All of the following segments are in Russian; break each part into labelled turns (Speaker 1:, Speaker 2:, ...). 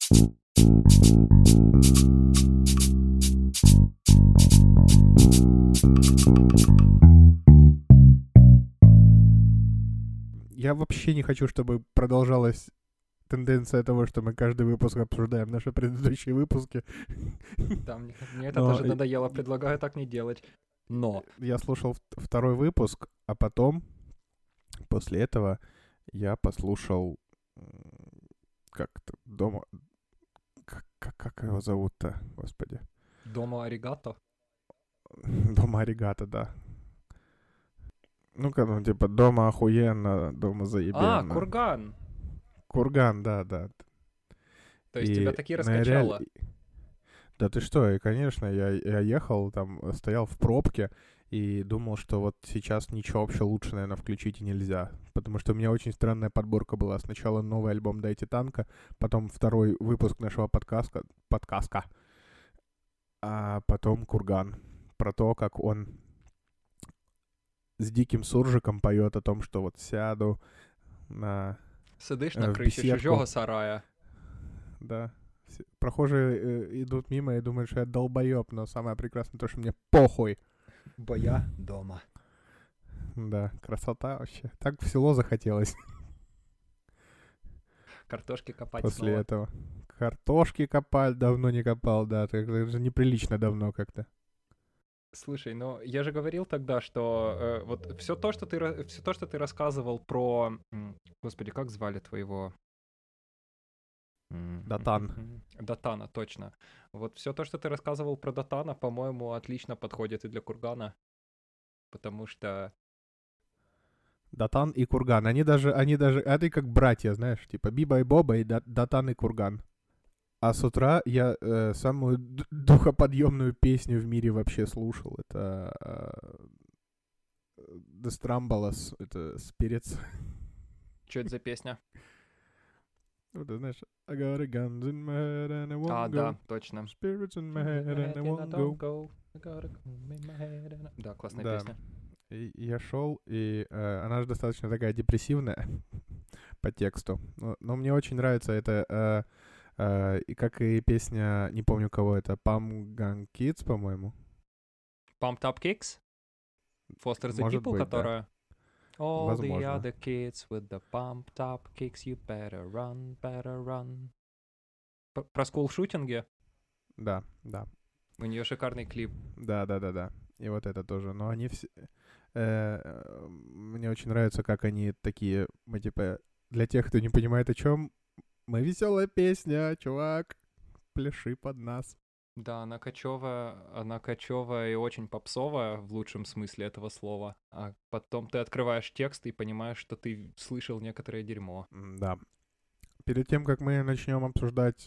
Speaker 1: Я вообще не хочу, чтобы продолжалась тенденция того, что мы каждый выпуск обсуждаем наши предыдущие выпуски.
Speaker 2: Да, мне это
Speaker 1: Но
Speaker 2: даже надоело, предлагаю так не делать. Но
Speaker 1: я слушал второй выпуск, а потом, после этого, я послушал как-то дома... Как его зовут-то, господи?
Speaker 2: дома аригато.
Speaker 1: Дома Аригато, да. Ну, как он, типа, дома охуенно, дома заебенно.
Speaker 2: Курган!
Speaker 1: Курган, да, да.
Speaker 2: То есть тебя
Speaker 1: И,
Speaker 2: таки
Speaker 1: ну, я реально...
Speaker 2: раскачало.
Speaker 1: Да ты что, и, конечно, я ехал, там, стоял в пробке и думал, что вот сейчас ничего вообще лучше, наверное, включить и нельзя. Потому что у меня очень странная подборка была. Сначала новый альбом «Дайте танка», потом второй выпуск нашего подкаста, а потом «Курган». Про то, как он с Диким Суржиком поет о том, что вот сяду на
Speaker 2: Сидиш на
Speaker 1: в
Speaker 2: криші
Speaker 1: беседку.
Speaker 2: чужого сарая.
Speaker 1: Да. Прохожие идут мимо и думают, что я долбоеб, но самое прекрасное то, что мне похуй.
Speaker 2: Бо я дома.
Speaker 1: Да, красота вообще. Так в село захотелось
Speaker 2: Картошки копать
Speaker 1: после
Speaker 2: снова.
Speaker 1: этого. Картошки копать давно не копал, да. Это же неприлично давно как-то.
Speaker 2: Слушай, ну я же говорил тогда, что вот все то, что ты рассказывал про, господи, как звали твоего?
Speaker 1: Датан.
Speaker 2: Датана, точно. Вот все то, что ты рассказывал про Датана, по-моему, отлично подходит и для Кургана, потому что
Speaker 1: Датан и Курган. Они даже, это как братья, знаешь, типа Биба и Боба и Датан и Курган. А с утра я самую духоподъемную песню в мире вообще слушал. Это The Strambolas, это Spirits.
Speaker 2: что это за песня?
Speaker 1: Вот ты знаешь, I got a guns in my head and I won't go.
Speaker 2: Да, точно.
Speaker 1: Spirits in my head and I won't go.
Speaker 2: Да, классная
Speaker 1: Да.
Speaker 2: песня.
Speaker 1: И я шел, и она же достаточно такая депрессивная по тексту. Но мне очень нравится это, и как и песня, не помню кого это, Pam Gang Kids, по-моему.
Speaker 2: Pumped Up Kicks? Foster the
Speaker 1: Может
Speaker 2: People,
Speaker 1: быть, да.
Speaker 2: которая... All the
Speaker 1: Возможно.
Speaker 2: other kids with the pumped up kicks, you better run, better run. Про скулшутинги?
Speaker 1: Да, да.
Speaker 2: У нее шикарный клип.
Speaker 1: Да. И вот это тоже. Но они все... мне очень нравится, как они такие... Мы типа... Для тех, кто не понимает о чем, мы веселая песня, чувак. Пляши под нас.
Speaker 2: Да, она кочевая и очень попсовая в лучшем смысле этого слова. А потом ты открываешь текст и понимаешь, что ты слышал некоторое дерьмо.
Speaker 1: Да. Перед тем, как мы начнем обсуждать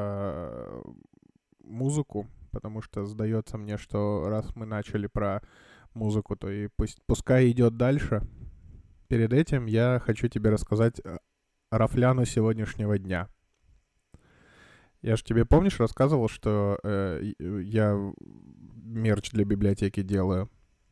Speaker 1: музыку, потому что сдается мне, что раз мы начали про музыку, то и пускай идет дальше. Перед этим я хочу тебе рассказать рафляну сегодняшнего дня. Я же тебе, помнишь, рассказывал, что я мерч для библиотеки делаю.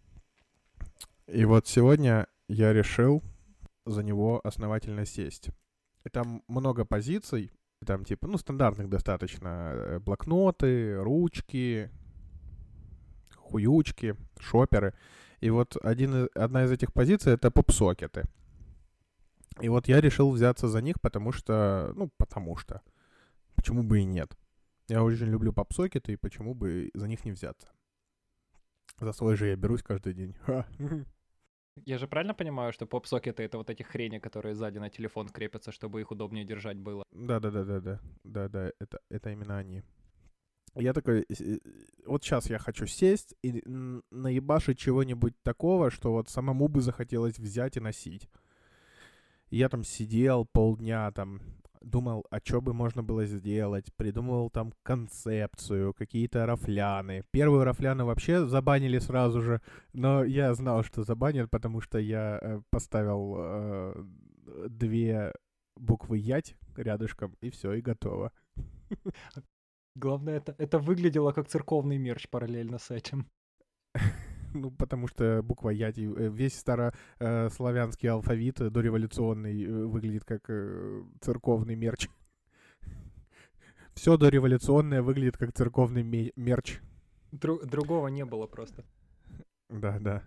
Speaker 1: И вот сегодня я решил за него основательно сесть. И там много позиций, там типа, ну, стандартных достаточно. Блокноты, ручки, хуючки, шоперы. И вот одна из этих позиций — это попсокеты. И вот я решил взяться за них, потому что... Почему бы и нет? Я очень люблю попсокеты, и почему бы за них не взяться? За свой же я берусь каждый день.
Speaker 2: Я же правильно понимаю, что поп-сокеты — это вот эти хрени, которые сзади на телефон крепятся, чтобы их удобнее держать было?
Speaker 1: Да, это именно они. Я такой, вот сейчас я хочу сесть и наебашить чего-нибудь такого, что вот самому бы захотелось взять и носить. И я там сидел полдня, там, думал, а что бы можно было сделать, придумывал там концепцию, какие-то рафляны. Первую рафляну вообще забанили сразу же, но я знал, что забанят, потому что я поставил 2 буквы «ять» рядышком, и все, и готово.
Speaker 2: Главное, это выглядело как церковный мерч параллельно с этим.
Speaker 1: Ну, потому что буква «ять», весь старославянский алфавит дореволюционный выглядит как церковный мерч. Все дореволюционное выглядит как церковный мерч.
Speaker 2: Другого не было просто.
Speaker 1: Да.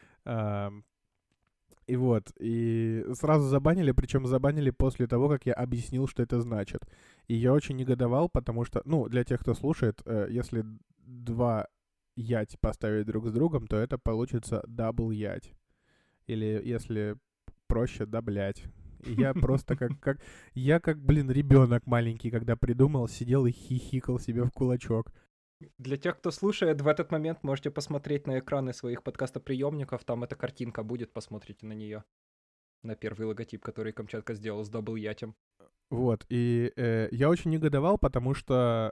Speaker 1: И вот, и сразу забанили, причем забанили после того, как я объяснил, что это значит. И я очень негодовал, потому что, ну, для тех, кто слушает, если два ять поставить друг с другом, то это получится дабл ять. Или, если проще, да, блять. И я просто как, блин, ребенок маленький, когда придумал, сидел и хихикал себе в кулачок.
Speaker 2: Для тех, кто слушает, в этот момент можете посмотреть на экраны своих подкастоприемников, там эта картинка будет, посмотрите на нее. На первый логотип, который Камчатка сделал с дабл-ятем.
Speaker 1: Вот, и я очень негодовал, потому что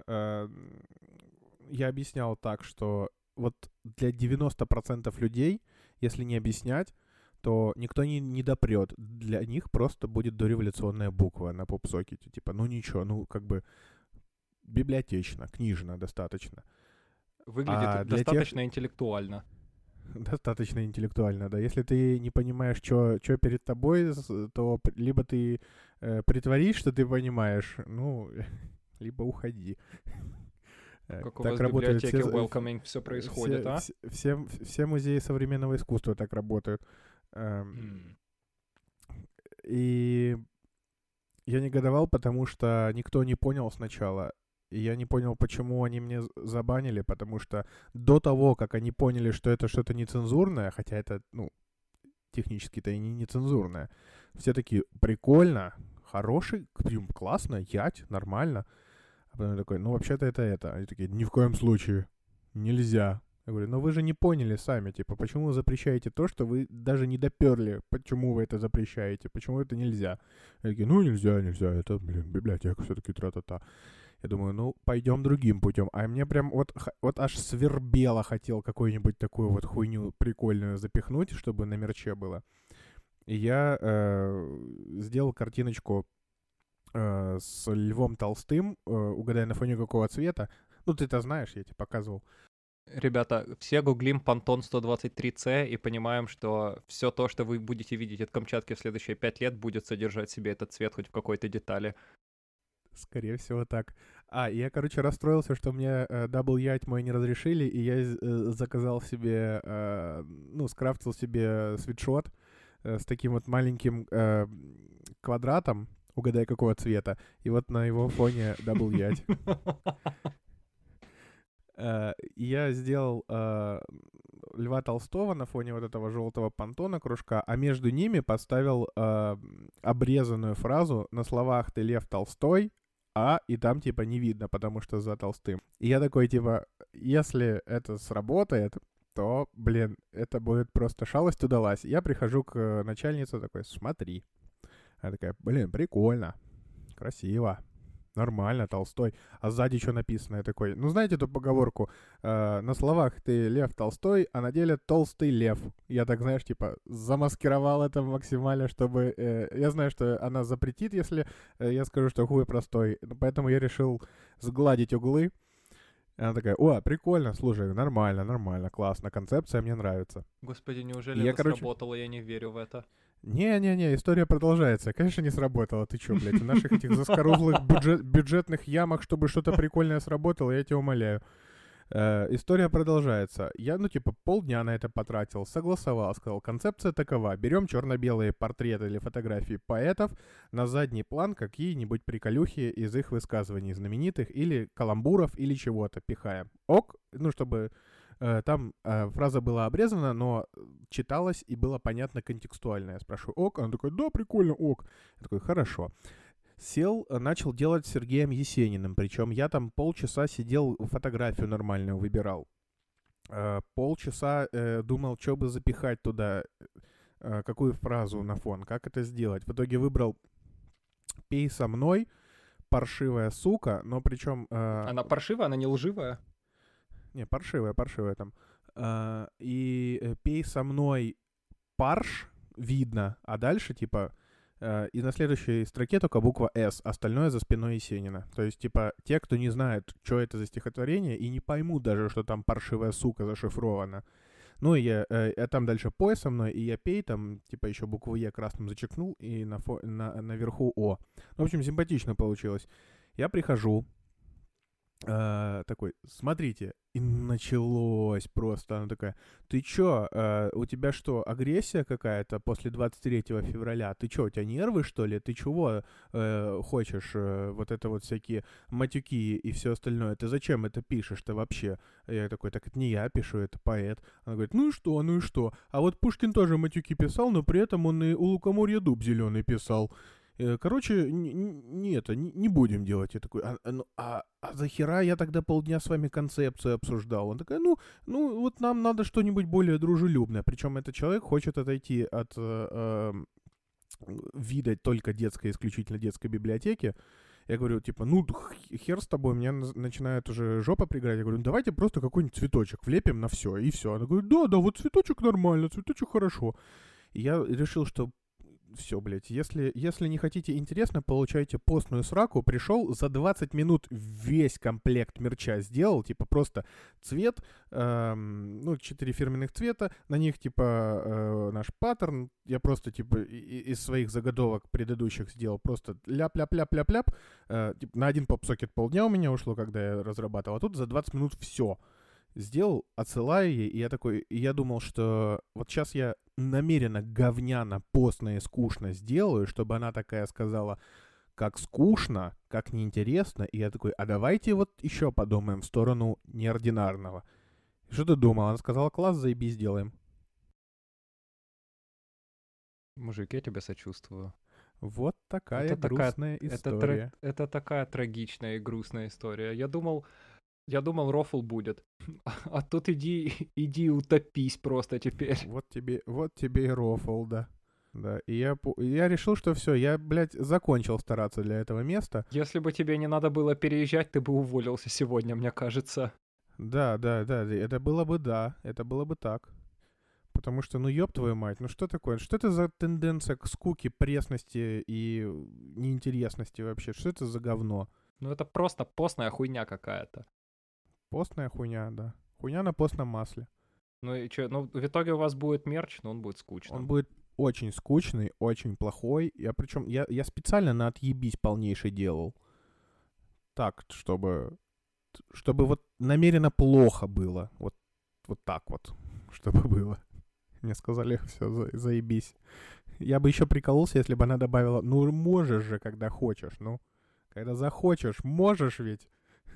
Speaker 1: я объяснял так, что вот для 90% людей, если не объяснять, то никто не допрет. Для них просто будет дореволюционная буква на поп-сокете. Типа, ну ничего, ну как бы библиотечно, книжно достаточно.
Speaker 2: Выглядит достаточно интеллектуально.
Speaker 1: Достаточно интеллектуально, да. Если ты не понимаешь, что перед тобой, то либо ты притворись, что ты понимаешь, ну, либо уходи.
Speaker 2: Как у вас в библиотеке Welcoming все происходит, а?
Speaker 1: Все музеи современного искусства так работают. И я негодовал, потому что никто не понял сначала. И я не понял, почему они мне забанили, потому что до того, как они поняли, что это что-то нецензурное, хотя это, ну, технически-то и не нецензурное, все такие, прикольно, хороший, классно, ять, нормально. А потом я такой, ну, вообще-то это. Они такие, ни в коем случае, нельзя. Я говорю, ну вы же не поняли сами, типа, почему вы запрещаете то, что вы даже не доперли, почему вы это запрещаете, почему это нельзя. Я такие, ну нельзя, это, блин, библиотека все-таки тра-та-та. Я думаю, ну, пойдем другим путем. А мне прям вот аж свербело хотел какую-нибудь такую вот хуйню прикольную запихнуть, чтобы на мерче было. И я сделал картиночку с Львом Толстым, угадай, на фоне какого цвета. Ну, ты-то знаешь, я тебе показывал.
Speaker 2: Ребята, все гуглим Pantone 123C и понимаем, что все то, что вы будете видеть от Камчатки в следующие 5 лет, будет содержать в себе этот цвет хоть в какой-то детали.
Speaker 1: Скорее всего, так. Я, короче, расстроился, что мне дабл ять мой не разрешили, и я заказал себе, скрафтил себе свитшот с таким вот маленьким квадратом, угадай, какого цвета, и вот на его фоне дабл ять. Я сделал Льва Толстого на фоне вот этого желтого понтона кружка, а между ними поставил обрезанную фразу на словах «Ты Лев Толстой», и там типа не видно, потому что за Толстым. И я такой типа, если это сработает, то, блин, это будет просто шалость удалась. Я прихожу к начальнице такой, смотри. Она такая, блин, прикольно, красиво. Нормально, Толстой. А сзади что написано? Я такой, ну знаете эту поговорку? На словах ты Лев Толстой, а на деле толстый лев. Я так, знаешь, типа замаскировал это максимально, чтобы... я знаю, что она запретит, если я скажу, что хуй простой. Поэтому я решил сгладить углы. И она такая, о, прикольно, слушай, нормально, классно, концепция мне нравится.
Speaker 2: Господи, неужели это сработало? Я не верю в это.
Speaker 1: Не, история продолжается. Конечно, не сработало. Ты чё, блядь, в наших этих заскорузлых бюджетных ямах, чтобы что-то прикольное сработало, я тебя умоляю. История продолжается. Я, полдня на это потратил, согласовал, сказал, концепция такова. Берем черно-белые портреты или фотографии поэтов, на задний план какие-нибудь приколюхи из их высказываний знаменитых или каламбуров или чего-то пихаем. Ок, чтобы... Там фраза была обрезана, но читалась и было понятно контекстуально. Я спрашиваю, ок? Она такая, да, прикольно, ок. Я такой, хорошо. Сел, начал делать с Сергеем Есениным. Причем я там полчаса сидел, фотографию нормальную выбирал. Полчаса думал, что бы запихать туда, какую фразу на фон, как это сделать. В итоге выбрал «Пей со мной», «Паршивая сука», но причем...
Speaker 2: Она паршивая, она не лживая?
Speaker 1: Не, паршивая там. И «Пей со мной» парш видно, а дальше, и на следующей строке только буква «С», остальное за спиной Есенина. То есть, те, кто не знает, что это за стихотворение, и не поймут даже, что там «паршивая сука» зашифрована. Ну, и я там дальше «Пой со мной», и я «Пей», там, еще букву «Е» красным зачеркнул, и наверху «О». В общем, симпатично получилось. Я прихожу, такой, смотрите, и началось просто. Она такая, ты чё, у тебя что, агрессия какая-то после 23 февраля? Ты чё, у тебя нервы, что ли? Ты чего хочешь вот это вот всякие матюки и все остальное? Ты зачем это пишешь-то вообще? Я такой, так это не я пишу, это поэт. Она говорит, ну и что, ну и что? А вот Пушкин тоже матюки писал, но при этом он и у лукоморья дуб зеленый писал. Короче, не будем делать. Я такой, а захера я тогда полдня с вами концепцию обсуждал? Он такой, ну, вот нам надо что-нибудь более дружелюбное. Причем этот человек хочет отойти от вида только детской, исключительно детской библиотеки. Я говорю, типа, ну, хер с тобой, меня начинает уже жопа пригорать. Я говорю, ну, давайте просто какой-нибудь цветочек влепим на все, и все. Она говорит, да, вот цветочек нормально, цветочек хорошо. И я решил, что все, блядь, если не хотите интересно, получайте постную сраку. Пришел, за 20 минут весь комплект мерча сделал, типа просто цвет, 4 фирменных цвета, на них типа наш паттерн, я просто типа из своих заготовок предыдущих сделал просто ляп-ляп-ляп-ляп-ляп, типа, на один поп-сокет полдня у меня ушло, когда я разрабатывал, а тут за 20 минут все сделал, отсылаю ей, и я такой, и я думал, что вот сейчас я намеренно говняно, постно и скучно сделаю, чтобы она такая сказала, как скучно, как неинтересно, и я такой, а давайте вот еще подумаем в сторону неординарного. Что ты думал? Она сказала, класс, заебись, сделаем.
Speaker 2: Мужик, я тебя сочувствую.
Speaker 1: Вот такая грустная история.
Speaker 2: Это такая трагичная и грустная история. Я думал, рофл будет. А тут иди утопись просто теперь.
Speaker 1: Вот тебе и рофл, да. Да, и я решил, что все, я, блядь, закончил стараться для этого места.
Speaker 2: Если бы тебе не надо было переезжать, ты бы уволился сегодня, мне кажется.
Speaker 1: Да, это было бы так. Потому что, ну ёб твою мать, ну что такое? Что это за тенденция к скуке, пресности и неинтересности вообще? Что это за говно?
Speaker 2: Ну это просто постная хуйня какая-то.
Speaker 1: Постная хуйня, да. Хуйня на постном масле.
Speaker 2: Ну и чё, ну в итоге у вас будет мерч, но он будет скучным.
Speaker 1: Он будет очень скучный, очень плохой. Я специально на отъебись полнейший делал. Так, чтобы вот намеренно плохо было. Вот так вот, чтобы было. Мне сказали, все, заебись. Я бы еще прикололся, если бы она добавила, ну можешь же, когда хочешь, ну. Когда захочешь, можешь ведь.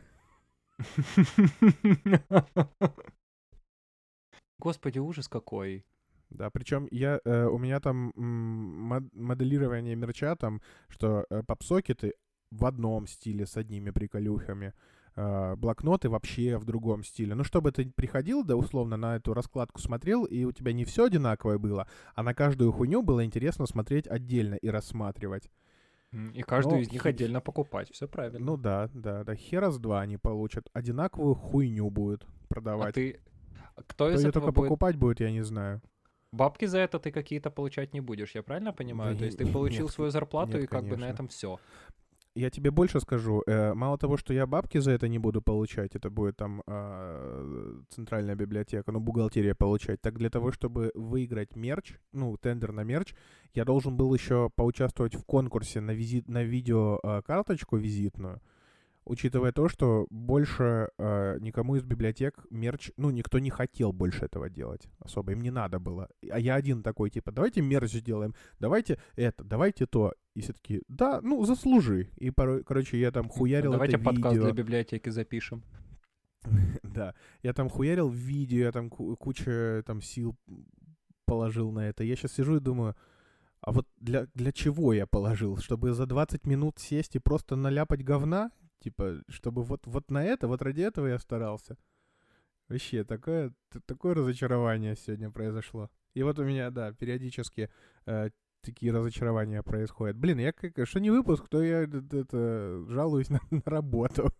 Speaker 2: Господи, ужас какой.
Speaker 1: Да, причем у меня там моделирование мерча там, что попсокеты в одном стиле с одними приколюхами, блокноты вообще в другом стиле. Ну, чтобы ты приходил, да, условно, на эту раскладку смотрел, и у тебя не все одинаковое было, а на каждую хуйню было интересно смотреть отдельно и рассматривать.
Speaker 2: И каждую из них отдельно покупать, все правильно.
Speaker 1: Ну да, хера с два они получат. Одинаковую хуйню будут продавать.
Speaker 2: Кто из
Speaker 1: ее
Speaker 2: этого
Speaker 1: только
Speaker 2: будет...
Speaker 1: покупать будет, я не знаю.
Speaker 2: Бабки за это ты какие-то получать не будешь, я правильно понимаю?
Speaker 1: Да
Speaker 2: То есть ты получил свою зарплату,
Speaker 1: нет,
Speaker 2: и как бы на
Speaker 1: конечно.
Speaker 2: этом все.
Speaker 1: Я тебе больше скажу. Мало того, что я бабки за это не буду получать, это будет там центральная библиотека, ну, бухгалтерия получать, так для того, чтобы выиграть мерч, ну, тендер на мерч, я должен был еще поучаствовать в конкурсе на видеокарточку визитную, учитывая то, что больше никому из библиотек мерч, ну, никто не хотел больше этого делать особо, им не надо было. А я один такой, типа, давайте мерч сделаем, давайте это, давайте то. И все таки да, ну, заслужи. И, короче, я там хуярил это видео.
Speaker 2: Давайте подкаст для библиотеки запишем.
Speaker 1: Да, я там хуярил видео, я там куча там сил положил на это. Я сейчас сижу и думаю, а вот для чего я положил? Чтобы за 20 минут сесть и просто наляпать говна? Типа, чтобы вот на это, вот ради этого я старался. Вообще, такое разочарование сегодня произошло. И вот у меня, да, периодически такие разочарования происходят. Блин, я что не выпуск, то я жалуюсь на работу.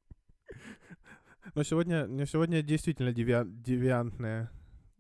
Speaker 1: Но сегодня действительно девиантная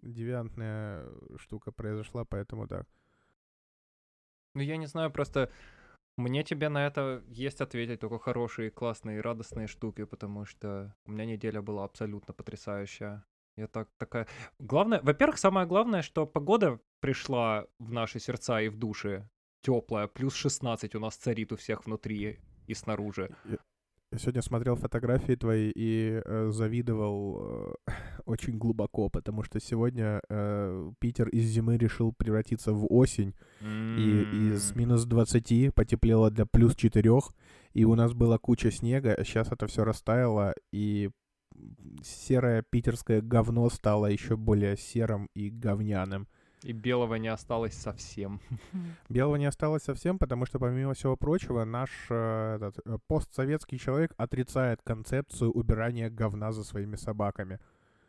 Speaker 1: штука произошла, поэтому да.
Speaker 2: Ну, я не знаю, просто мне тебе на это есть ответить только хорошие, классные, радостные штуки, потому что у меня неделя была абсолютно потрясающая. Я такая... Главное, во-первых, самое главное, что погода пришла в наши сердца и в души теплая, плюс 16 у нас царит у всех внутри и снаружи.
Speaker 1: Я сегодня смотрел фотографии твои и завидовал очень глубоко, потому что сегодня Питер из зимы решил превратиться в осень, и из минус 20 потеплело до плюс 4, и у нас была куча снега, а сейчас это все растаяло, и серое питерское говно стало еще более серым и говняным.
Speaker 2: И белого не осталось совсем.
Speaker 1: Белого не осталось совсем, потому что, помимо всего прочего, наш постсоветский человек отрицает концепцию убирания говна за своими собаками.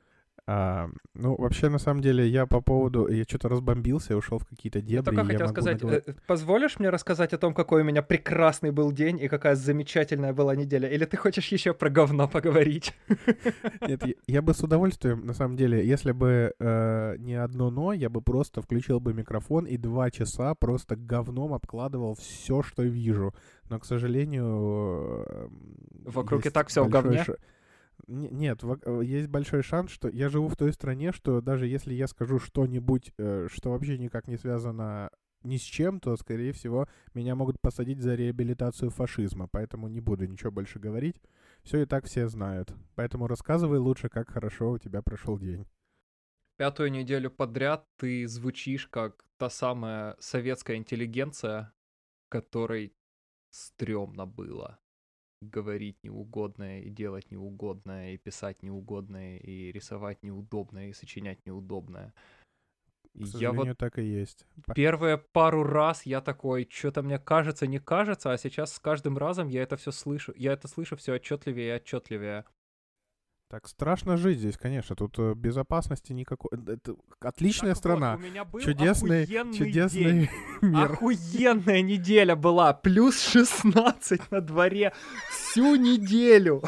Speaker 1: Ну, вообще, на самом деле, я что-то разбомбился и ушел в какие-то
Speaker 2: Я
Speaker 1: дебри,
Speaker 2: только
Speaker 1: и я
Speaker 2: хотел
Speaker 1: могу
Speaker 2: сказать, позволишь мне рассказать о том, какой у меня прекрасный был день и какая замечательная была неделя? Или ты хочешь еще про говно поговорить?
Speaker 1: Нет, я бы с удовольствием, на самом деле, если бы не одно «но», я бы просто включил бы микрофон и 2 часа просто говном обкладывал все, что вижу. Но, к сожалению,
Speaker 2: Вокруг и
Speaker 1: есть
Speaker 2: так все в
Speaker 1: большой
Speaker 2: говне?
Speaker 1: Нет, есть большой шанс, что я живу в той стране, что даже если я скажу что-нибудь, что вообще никак не связано ни с чем, то, скорее всего, меня могут посадить за реабилитацию фашизма. Поэтому не буду ничего больше говорить. Все и так все знают. Поэтому рассказывай лучше, как хорошо у тебя прошел день.
Speaker 2: 5-ю неделю подряд ты звучишь как та самая советская интеллигенция, которой стрёмно было говорить неугодное, и делать неугодное, и писать неугодное, и рисовать неудобное, и сочинять неудобное.
Speaker 1: К
Speaker 2: Я вот
Speaker 1: сожалению, так и есть.
Speaker 2: первые пару раз я такой, что-то мне кажется, не кажется, а сейчас с каждым разом я это все слышу, я это слышу все отчетливее и отчетливее.
Speaker 1: Так страшно жить здесь, конечно. Тут безопасности никакой. Это отличная
Speaker 2: Так вот, у
Speaker 1: страна.
Speaker 2: меня был
Speaker 1: Чудесный
Speaker 2: охуенный день.
Speaker 1: чудесный мир.
Speaker 2: Охуенная неделя была. Плюс 16 на дворе всю неделю.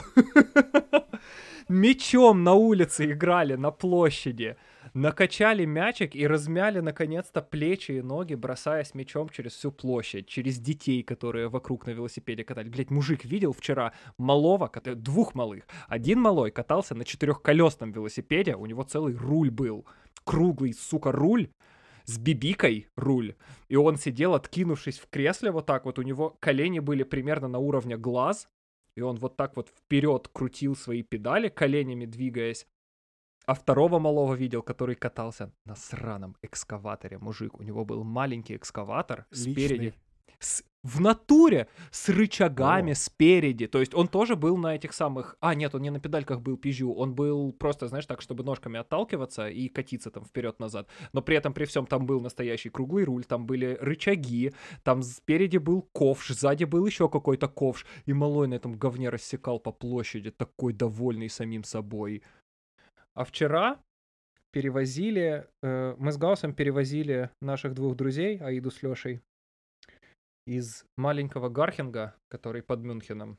Speaker 2: Мячом на улице играли, на площади. Накачали мячик и размяли наконец-то плечи и ноги, бросаясь мячом через всю площадь, через детей, которые вокруг на велосипеде катались. Блять, мужик видел вчера малого, 2 малых. Один малой катался на 4-колесном велосипеде, у него целый руль был. Круглый, сука, руль с бибикой руль. И он сидел, откинувшись в кресле вот так вот. У него колени были примерно на уровне глаз. И он вот так вот вперед крутил свои педали, коленями двигаясь. А второго малого видел, который катался на сраном экскаваторе, мужик. У него был маленький экскаватор спереди. В натуре с рычагами спереди. То есть он тоже был на этих самых... нет, он не на педальках был, пизжу. Он был просто, знаешь, так, чтобы ножками отталкиваться и катиться там вперед-назад. Но при этом, при всем, там был настоящий круглый руль, там были рычаги, там спереди был ковш, сзади был еще какой-то ковш. И малой на этом говне рассекал по площади, такой довольный самим собой. А вчера перевозили... мы с Гаусом перевозили наших 2 друзей, Аиду с Лешей, из маленького Гархинга, который под Мюнхеном.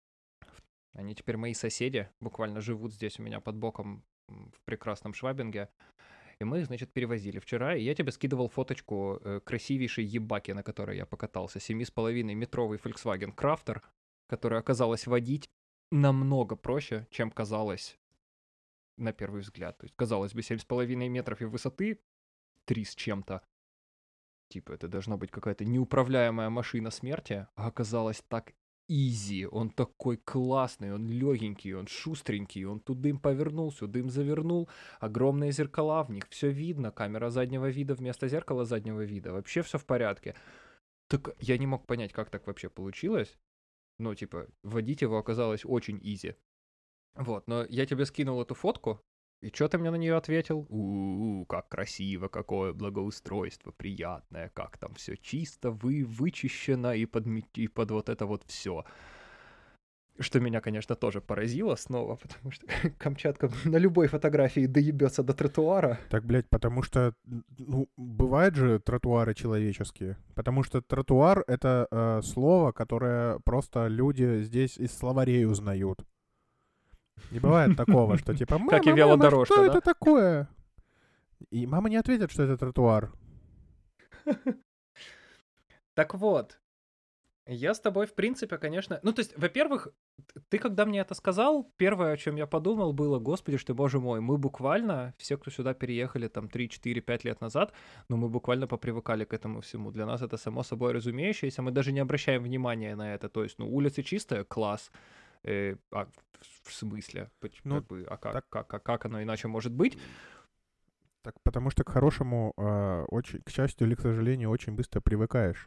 Speaker 2: Они теперь мои соседи, буквально живут здесь у меня под боком в прекрасном Швабинге. И мы их, значит, перевозили вчера, и я тебе скидывал фоточку красивейшей ебаки, на которой я покатался. 7,5-метровый Volkswagen Crafter, который оказалось водить намного проще, чем казалось на первый взгляд. То есть, казалось бы, 7,5 метров и высоты 3 с чем-то. Типа, это должна быть какая-то неуправляемая машина смерти, а оказалось так изи. Он такой классный, он легенький, он шустренький, он тудым повернул, сюдым завернул. Огромные зеркала, в них все видно, камера заднего вида вместо зеркала заднего вида. Вообще все в порядке. Так я не мог понять, как так вообще получилось. Ну, типа, водить его оказалось очень изи. Вот, но я тебе скинул эту фотку, и что ты мне на нее ответил? Как красиво, какое благоустройство, приятное, как там все чисто, вычищено и под вот это вот все. Что меня, конечно, тоже поразило снова, потому что Камчатка на любой фотографии доебется до тротуара.
Speaker 1: Так, блядь, потому что, бывают же тротуары человеческие. Потому что тротуар — это слово, которое просто люди здесь из словарей узнают. Не бывает такого, что типа
Speaker 2: Как и
Speaker 1: мама,
Speaker 2: велодорожка,
Speaker 1: что
Speaker 2: да?
Speaker 1: это такое? И мама не ответит, что это тротуар.
Speaker 2: Так вот, я с тобой, в принципе, конечно... Ну, то есть, во-первых, ты когда мне это сказал, первое, о чем я подумал, было, господи, что, боже мой, мы буквально, все, кто сюда переехали там 3, 4, 5 лет назад, ну, мы буквально попривыкали к этому всему. Для нас это само собой разумеющееся, мы даже не обращаем внимания на это. То есть, ну, улицы чистые, класс. В смысле?
Speaker 1: Ну,
Speaker 2: Как бы,
Speaker 1: так,
Speaker 2: как оно иначе может быть?
Speaker 1: так потому что к хорошему, очень, к счастью или к сожалению, очень быстро привыкаешь.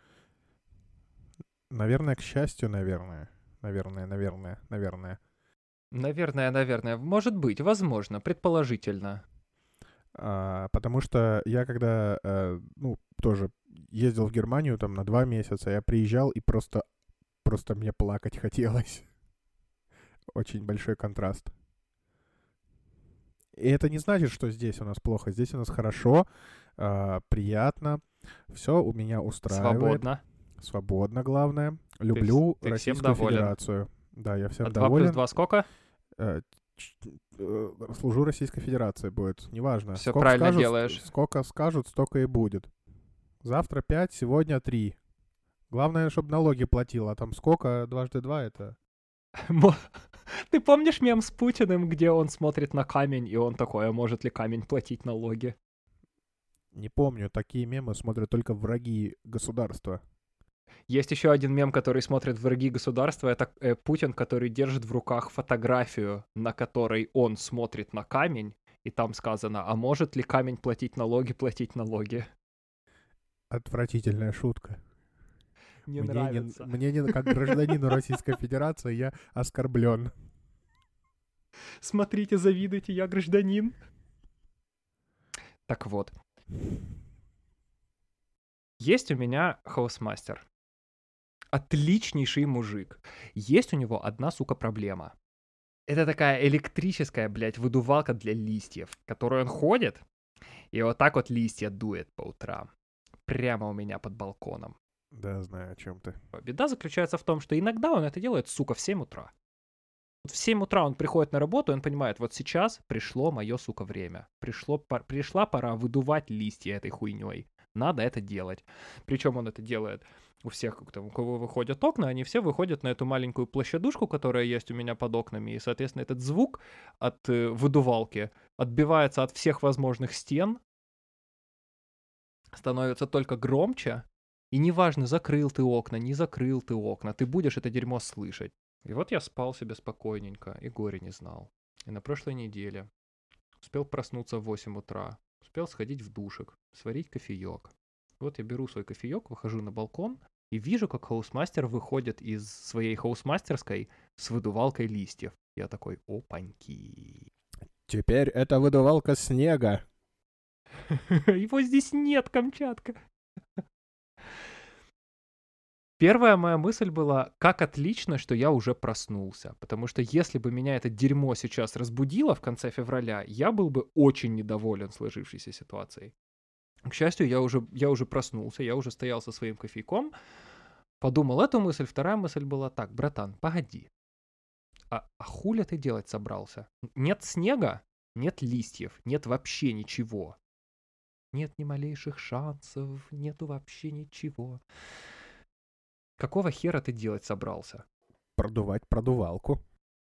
Speaker 1: Наверное, к счастью, наверное. Наверное.
Speaker 2: Наверное. Может быть, возможно, предположительно.
Speaker 1: Потому что я когда, тоже ездил в Германию там на 2 месяца, я приезжал и просто мне плакать хотелось. Очень большой контраст. И это не значит, что здесь у нас плохо. Здесь у нас хорошо, приятно. Все у меня устраивает.
Speaker 2: Свободно.
Speaker 1: Свободно, главное.
Speaker 2: Ты,
Speaker 1: Люблю
Speaker 2: ты всем
Speaker 1: Российскую
Speaker 2: доволен.
Speaker 1: Федерацию. Да, я всем
Speaker 2: 2 плюс
Speaker 1: доволен.
Speaker 2: 2 сколько?
Speaker 1: Служу Российской Федерации будет. Неважно.
Speaker 2: Все правильно делаешь.
Speaker 1: Сколько скажут, столько и будет. Завтра 5, сегодня 3. Главное, чтобы налоги платил. А там сколько? 2 × 2 это...
Speaker 2: Ты помнишь мем с Путиным, где он смотрит на камень, и он такой, а может ли камень платить налоги?
Speaker 1: Не помню. Такие мемы смотрят только враги государства.
Speaker 2: Есть еще один мем, который смотрят враги государства. Это Путин, который держит в руках фотографию, на которой он смотрит на камень, и там сказано, а может ли камень платить налоги?
Speaker 1: Отвратительная шутка.
Speaker 2: Не нравится.
Speaker 1: Мне как гражданину Российской Федерации я оскорблен.
Speaker 2: Смотрите, завидуйте, я гражданин. Так вот. Есть у меня хаусмастер. Отличнейший мужик. Есть у него одна, сука, проблема. Это такая электрическая, блядь, выдувалка для листьев, которую он ходит, и вот так вот листья дует по утрам. Прямо у меня под балконом.
Speaker 1: Да, знаю, о чем ты.
Speaker 2: Беда заключается в том, что иногда он это делает, сука, в 7 утра. Вот в 7 утра он приходит на работу, и он понимает, вот сейчас пришло мое, сука, время. Пришла пора выдувать листья этой хуйней. Надо это делать. Причем он это делает у всех, у кого выходят окна, они все выходят на эту маленькую площадушку, которая есть у меня под окнами, и, соответственно, этот звук от выдувалки отбивается от всех возможных стен, становится только громче, и неважно, закрыл ты окна, не закрыл ты окна, ты будешь это дерьмо слышать. И вот я спал себе спокойненько, и горе не знал. И на прошлой неделе успел проснуться в 8 утра, успел сходить в душик, сварить кофеек. Вот я беру свой кофеек, выхожу на балкон и вижу, как хаусмастер выходит из своей хаусмастерской с выдувалкой листьев. Я такой, опаньки.
Speaker 1: Теперь это выдувалка снега.
Speaker 2: Его здесь нет, Камчатка. Первая моя мысль была, как отлично, что я уже проснулся. Потому что если бы меня это дерьмо сейчас разбудило в конце февраля, я был бы очень недоволен сложившейся ситуацией. К счастью, я уже проснулся, я уже стоял со своим кофейком, подумал эту мысль, вторая мысль была так, братан, погоди. А хули ты делать собрался? Нет снега, нет листьев, нет вообще ничего. Нет ни малейших шансов, нету вообще ничего. Какого хера ты делать собрался?
Speaker 1: Продувать продувалку.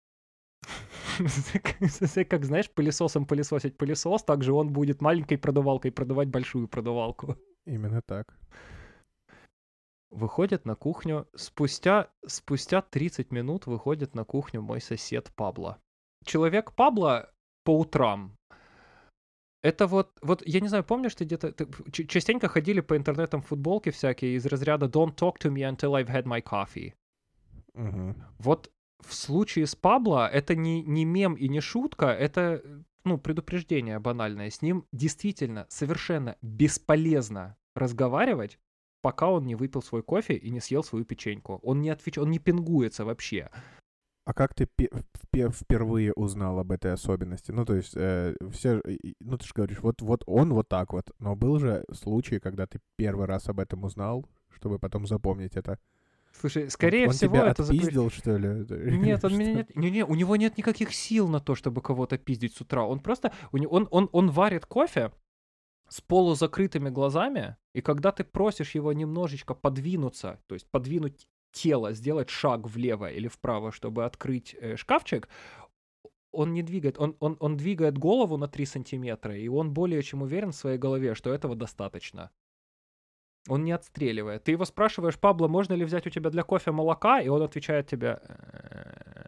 Speaker 2: Как, знаешь, пылесосом пылесосить пылесос, так же он будет маленькой продувалкой продувать большую продувалку.
Speaker 1: Именно так.
Speaker 2: Выходит на кухню, спустя 30 минут выходит на кухню мой сосед Пабло. Человек Пабло по утрам. Это вот я не знаю, помнишь, ты где-то частенько ходили по интернетам футболки всякие из разряда «Don't talk to me until I've had my coffee».
Speaker 1: Угу.
Speaker 2: Вот в случае с Пабло это не мем и не шутка, это, предупреждение банальное. С ним действительно совершенно бесполезно разговаривать, пока он не выпил свой кофе и не съел свою печеньку. Он не отвечает, он не пингуется вообще.
Speaker 1: А как ты впервые узнал об этой особенности? Ну, то есть, все, ты же говоришь, вот он вот так вот. Но был же случай, когда ты первый раз об этом узнал, чтобы потом запомнить это?
Speaker 2: Слушай, скорее всего,
Speaker 1: тебя
Speaker 2: это
Speaker 1: отпиздил, что ли?
Speaker 2: Нет, он меня нет. Не, у него нет никаких сил на то, чтобы кого-то пиздить с утра. Он просто. Он варит кофе с полузакрытыми глазами, и когда ты просишь его немножечко подвинуться, то есть подвинуть тело, сделать шаг влево или вправо, чтобы открыть шкафчик, он не двигает, он двигает голову на 3 сантиметра, и он более чем уверен в своей голове, что этого достаточно. Он не отстреливает. Ты его спрашиваешь, Пабло, можно ли взять у тебя для кофе молока, и он отвечает тебе,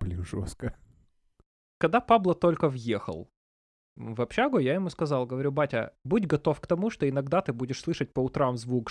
Speaker 1: Блин, жестко.
Speaker 2: Когда Пабло только въехал в общагу, я ему сказал, говорю, батя, будь готов к тому, что иногда ты будешь слышать по утрам звук.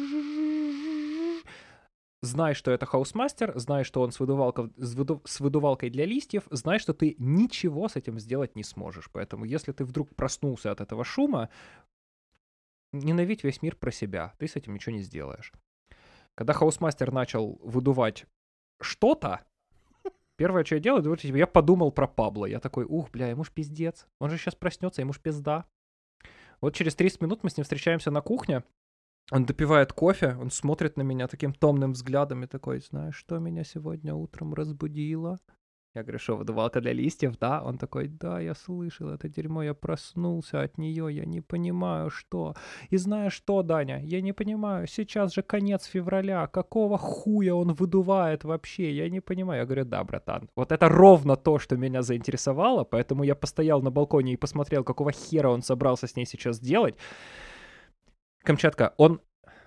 Speaker 2: Знай, что это хаусмастер, знай, что он с выдувалкой для листьев, знай, что ты ничего с этим сделать не сможешь. Поэтому, если ты вдруг проснулся от этого шума, ненавидь весь мир про себя. Ты с этим ничего не сделаешь. Когда хаусмастер начал выдувать что-то, первое, что я делаю, я подумал про Пабло. Я такой, бля, ему ж пиздец. Он же сейчас проснется, ему ж пизда. Вот через 30 минут мы с ним встречаемся на кухне. Он допивает кофе, он смотрит на меня таким томным взглядом и такой, знаешь, что меня сегодня утром разбудило? Я говорю, что, выдувалка для листьев, да? Он такой, да, я слышал это дерьмо, я проснулся от нее, я не понимаю, что. И знаешь что, Даня, я не понимаю, сейчас же конец февраля, какого хуя он выдувает вообще, я не понимаю. Я говорю, да, братан, вот это ровно то, что меня заинтересовало, поэтому я постоял на балконе и посмотрел, какого хера он собрался с ней сейчас делать. Камчатка, он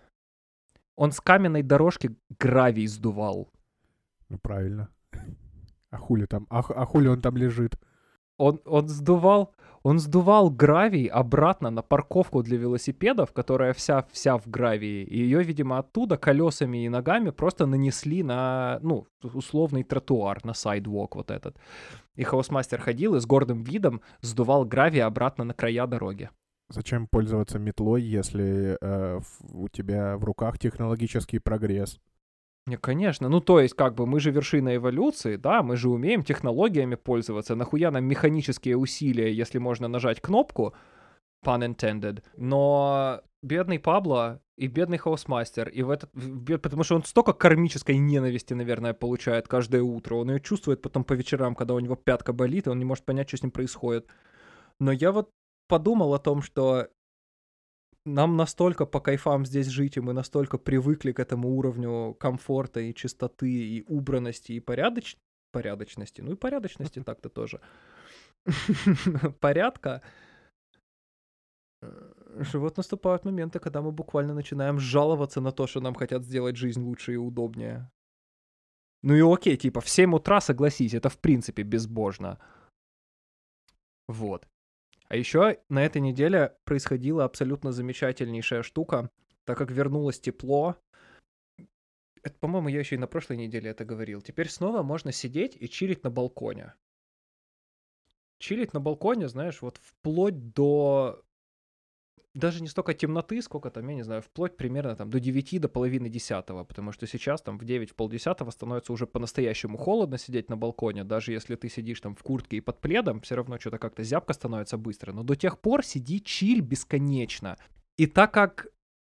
Speaker 2: с каменной дорожки гравий сдувал.
Speaker 1: Ну, правильно. А хули там? А хули он там лежит?
Speaker 2: Он сдувал гравий обратно на парковку для велосипедов, которая вся в гравии. И ее, видимо, оттуда колесами и ногами просто нанесли на, условный тротуар, на сайдвок вот этот. И хаусмастер ходил и с гордым видом сдувал гравий обратно на края дороги.
Speaker 1: Зачем пользоваться метлой, если у тебя в руках технологический прогресс?
Speaker 2: Не, конечно. То есть, мы же вершина эволюции, да, мы же умеем технологиями пользоваться. Нахуя нам механические усилия, если можно нажать кнопку, pun intended. Но бедный Пабло и бедный хаусмастер, потому что он столько кармической ненависти, наверное, получает каждое утро. Он ее чувствует потом по вечерам, когда у него пятка болит, и он не может понять, что с ним происходит. Но я вот подумал о том, что нам настолько по кайфам здесь жить, и мы настолько привыкли к этому уровню комфорта и чистоты, и убранности, и порядочности. Ну и порядочности так-то тоже. Порядка. Что вот наступают моменты, когда мы буквально начинаем жаловаться на то, что нам хотят сделать жизнь лучше и удобнее. Ну и окей, типа в 7 утра, согласись, это в принципе безбожно. Вот. А еще на этой неделе происходила абсолютно замечательнейшая штука, так как вернулось тепло. Это, по-моему, я еще и на прошлой неделе это говорил. Теперь снова можно сидеть и чилить на балконе. Чилить на балконе, знаешь, вот вплоть до... Даже не столько темноты, сколько там, я не знаю, вплоть примерно там до 9, до половины 10, потому что сейчас там в 9, в полдесятого становится уже по-настоящему холодно сидеть на балконе, даже если ты сидишь там в куртке и под пледом, все равно что-то как-то зябко становится быстро, но до тех пор сиди, чиль бесконечно. И так как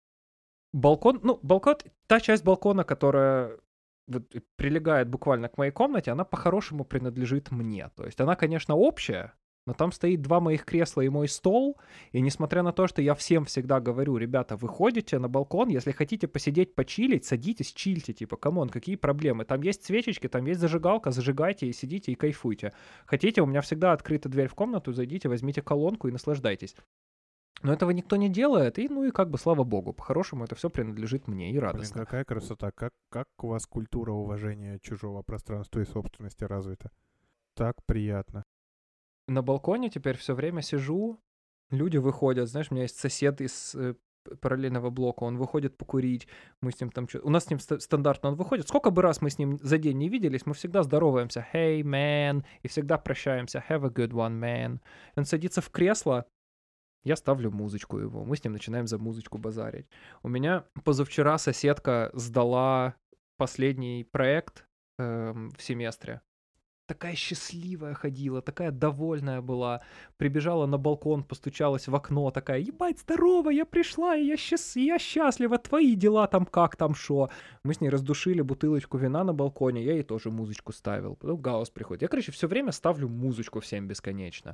Speaker 2: балкон, та часть балкона, которая вот прилегает буквально к моей комнате, она по-хорошему принадлежит мне, то есть она, конечно, общая, но там стоит 2 моих кресла и мой стол, и несмотря на то, что я всем всегда говорю, ребята, вы ходите на балкон, если хотите посидеть, почилить, садитесь, чильте, типа, камон, какие проблемы? Там есть свечечки, там есть зажигалка, зажигайте и сидите и кайфуйте. Хотите, у меня всегда открыта дверь в комнату, зайдите, возьмите колонку и наслаждайтесь. Но этого никто не делает, и, слава богу, по-хорошему это все принадлежит мне, и радостно.
Speaker 1: Блин, какая красота. Как у вас культура уважения чужого пространства и собственности развита? Так приятно.
Speaker 2: На балконе теперь все время сижу, люди выходят, знаешь, у меня есть сосед из параллельного блока, он выходит покурить, мы с ним там у нас с ним стандартно он выходит, сколько бы раз мы с ним за день не виделись, мы всегда здороваемся, hey, man, и всегда прощаемся, have a good one, man. Он садится в кресло, я ставлю музычку его, мы с ним начинаем за музычку базарить. У меня позавчера соседка сдала последний проект в семестре. Такая счастливая ходила, такая довольная была. Прибежала на балкон, постучалась в окно, такая, ебать, здорово, я пришла, и я счастлива, твои дела там как, там шо. Мы с ней раздушили бутылочку вина на балконе, я ей тоже музычку ставил. Потом Гаус приходит. Я, короче, все время ставлю музычку всем бесконечно.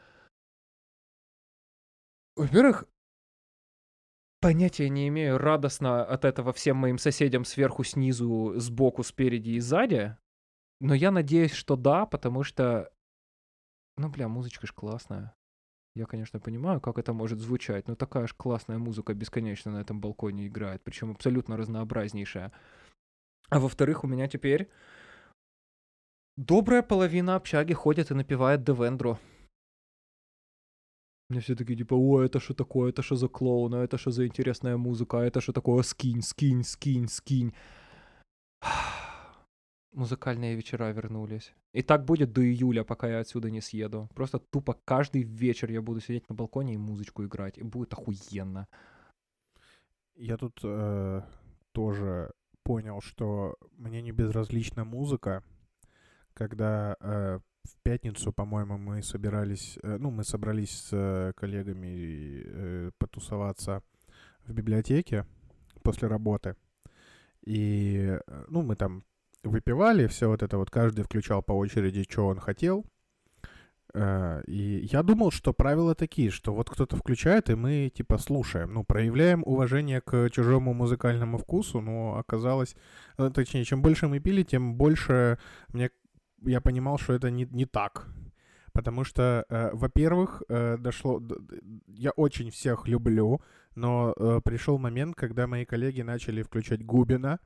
Speaker 2: Во-первых, понятия не имею, радостно от этого всем моим соседям сверху, снизу, сбоку, спереди и сзади. Но я надеюсь, что да, потому что... музычка ж классная. Я, конечно, понимаю, как это может звучать, но такая ж классная музыка бесконечно на этом балконе играет, причем абсолютно разнообразнейшая. А во-вторых, у меня теперь Добрая половина общаги ходит и напевает Девендру. Мне все такие, типа, о, это что такое, это что за клоун, а это что за интересная музыка, а это что такое, скинь, скинь, скинь, скинь. Музыкальные вечера вернулись. И так будет до июля, пока я отсюда не съеду. Просто тупо каждый вечер я буду сидеть на балконе и музычку играть. И будет охуенно.
Speaker 1: Я тут тоже понял, что мне не безразлична музыка, когда в пятницу, по-моему, мы собирались, мы собрались с коллегами потусоваться в библиотеке после работы. И, мы там выпивали, все вот это вот, каждый включал по очереди, что он хотел. И я думал, что правила такие, что вот кто-то включает, и мы типа слушаем, проявляем уважение к чужому музыкальному вкусу, но оказалось, точнее, чем больше мы пили, тем больше я понимал, что это не так. Потому что, во-первых, я очень всех люблю, но пришел момент, когда мои коллеги начали включать Губина,